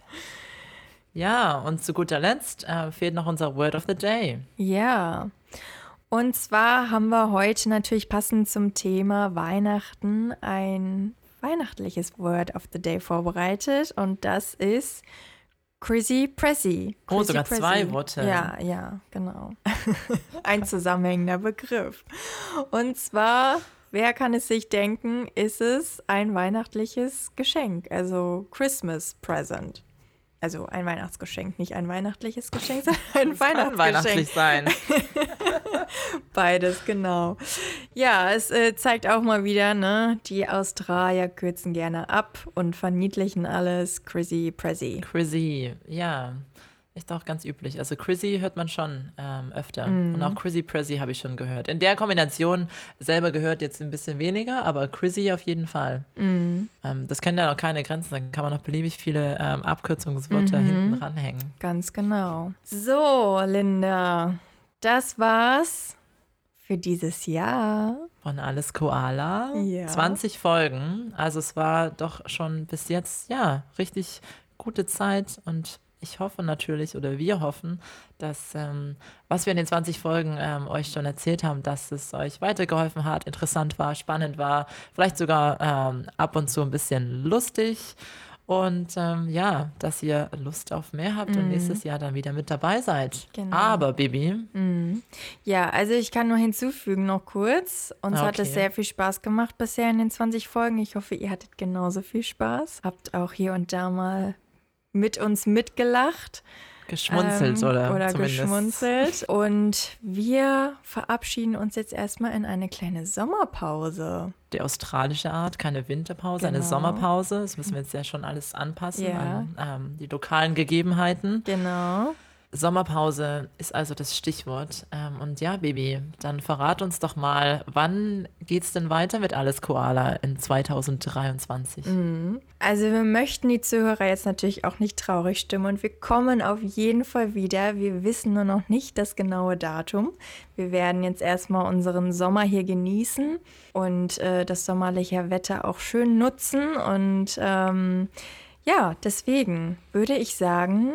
Ja, und zu guter Letzt äh, fehlt noch unser Word of the Day.
Ja. Und zwar haben wir heute natürlich passend zum Thema Weihnachten ein weihnachtliches Word of the Day vorbereitet. Und das ist Chrissy Pressy.
Oh,
Chrissy
sogar
Pressy.
zwei Worte.
Ja, ja, genau. Ein zusammenhängender Begriff. Und zwar, wer kann es sich denken, ist es ein weihnachtliches Geschenk, also Christmas Present. Also ein Weihnachtsgeschenk, nicht ein weihnachtliches Geschenk, sondern ein
Das kann weihnachtlich
Weihnachtsgeschenk.
sein.
Beides, genau. Ja, es äh, zeigt auch mal wieder, ne, die Australier kürzen gerne ab und verniedlichen alles. Chrissy Pressy.
Chrissy, ja. Ist auch ganz üblich. Also Chrissy hört man schon ähm, öfter.
Mhm.
Und auch Chrissy Pressy habe ich schon gehört. In der Kombination selber gehört jetzt ein bisschen weniger, aber Chrissy auf jeden Fall.
Mhm.
Ähm, das kennt ja noch keine Grenzen. Dann kann man noch beliebig viele ähm, Abkürzungswörter
Mhm.
hinten ranhängen.
Ganz genau. So, Linda, das war's für dieses Jahr.
Von Alles Koala.
Ja.
zwanzig Folgen. Also es war doch schon bis jetzt, ja, richtig gute Zeit. Und ich hoffe natürlich, oder wir hoffen, dass, ähm, was wir in den zwanzig Folgen ähm, euch schon erzählt haben, dass es euch weitergeholfen hat, interessant war, spannend war, vielleicht sogar ähm, ab und zu ein bisschen lustig. Und ähm, ja, dass ihr Lust auf mehr habt und nächstes Jahr dann wieder mit dabei seid.
Genau.
Aber, Bibi,
Ja, also ich kann nur hinzufügen noch kurz. Uns hat es
Okay.
sehr viel Spaß gemacht bisher in den zwanzig Folgen. Ich hoffe, ihr hattet genauso viel Spaß. Habt auch hier und da mal mit uns mitgelacht.
geschmunzelt
ähm,
oder,
oder
zumindest.
geschmunzelt. Und wir verabschieden uns jetzt erstmal in eine kleine Sommerpause.
Die australische Art, keine Winterpause, eine
Genau.
Sommerpause. Das müssen wir jetzt ja schon alles anpassen
Ja.
an ähm, die lokalen Gegebenheiten.
Genau.
Sommerpause ist also das Stichwort. Ähm, und ja, Baby, dann verrat uns doch mal, wann geht's denn weiter mit Alles Koala in zweitausenddreiundzwanzig?
Also wir möchten die Zuhörer jetzt natürlich auch nicht traurig stimmen und wir kommen auf jeden Fall wieder. Wir wissen nur noch nicht das genaue Datum. Wir werden jetzt erstmal unseren Sommer hier genießen und äh, das sommerliche Wetter auch schön nutzen. Und ähm, ja, deswegen würde ich sagen,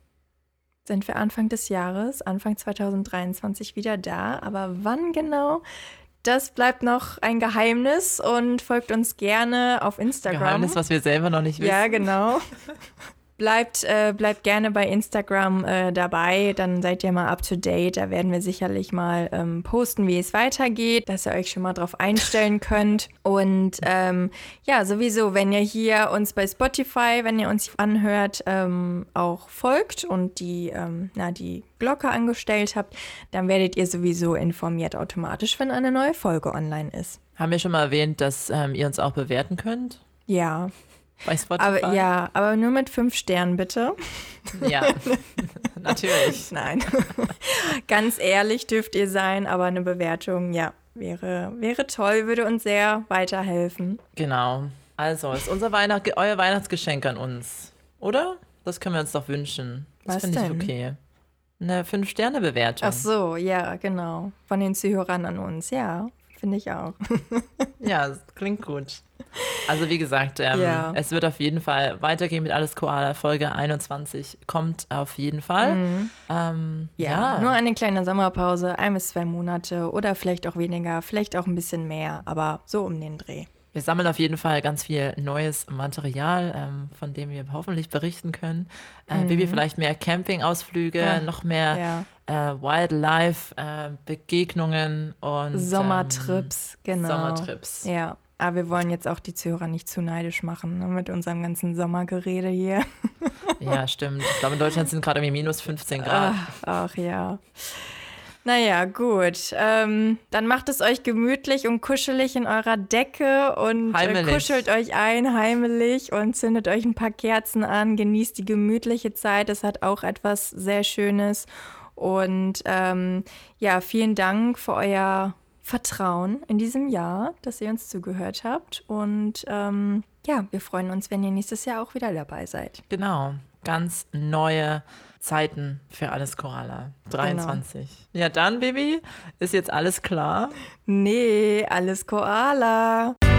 sind wir Anfang des Jahres, Anfang zweitausenddreiundzwanzig wieder da. Aber wann genau, das bleibt noch ein Geheimnis und folgt uns gerne auf Instagram.
Geheimnis, was wir selber noch nicht wissen.
Ja, genau. Bleibt, äh, bleibt gerne bei Instagram äh, dabei, dann seid ihr mal up to date. Da werden wir sicherlich mal ähm, posten, wie es weitergeht, dass ihr euch schon mal drauf einstellen könnt. Und ähm, ja, sowieso, wenn ihr hier uns bei Spotify, wenn ihr uns anhört, ähm, auch folgt und die, ähm, na, die Glocke angestellt habt, dann werdet ihr sowieso informiert automatisch, wenn eine neue Folge online ist.
Haben wir schon mal erwähnt, dass ähm, ihr uns auch bewerten könnt
Ja,
bei Spotify?
aber, ja, aber nur mit fünf Sternen bitte.
Ja, natürlich.
Nein. Ganz ehrlich dürft ihr sein, aber eine Bewertung, ja, wäre, wäre toll, würde uns sehr weiterhelfen.
Genau. Also, ist unser Weihnacht, euer Weihnachtsgeschenk an uns, oder? Das können wir uns doch wünschen. Das
Was
finde ich
denn?
okay. Eine Fünf-Sterne-Bewertung.
Ach so, ja, genau. Von den Zuhörern an uns, ja, finde ich auch.
Ja, das klingt gut. Also wie gesagt, ähm,
Ja.
es wird auf jeden Fall weitergehen mit Alles Koala. Folge einundzwanzig kommt auf jeden Fall. Ähm,
Ja,
ja,
nur eine kleine Sommerpause, ein bis zwei Monate oder vielleicht auch weniger, vielleicht auch ein bisschen mehr, aber so um den Dreh.
wir sammeln auf jeden Fall ganz viel neues Material, ähm, von dem wir hoffentlich berichten können. Äh, Bibi, vielleicht mehr Campingausflüge,
Ja.
noch mehr
Ja.
äh, Wildlife-Begegnungen und
Sommertrips, genau.
Sommertrips.
Ja, aber wir wollen jetzt auch die Zuhörer nicht zu neidisch machen, ne, mit unserem ganzen Sommergerede hier.
Ähm, ja, stimmt. Ich glaube, in Deutschland sind gerade irgendwie minus fünfzehn Grad.
Ach, ach ja. Naja, gut. Ähm, dann macht es euch gemütlich und kuschelig in eurer Decke und äh,
Heimelig.
kuschelt euch ein, heimelig und zündet euch ein paar Kerzen an. Genießt die gemütliche Zeit. Es hat auch etwas sehr Schönes. Und ähm, ja, vielen Dank für euer Vertrauen in diesem Jahr, dass ihr uns zugehört habt. Und ähm, ja, wir freuen uns, wenn ihr nächstes Jahr auch wieder dabei seid.
Genau, ganz neue Zeiten für Alles Koala. dreiundzwanzig. Ja, dann, Baby, ist jetzt alles klar.
Nee, alles Koala.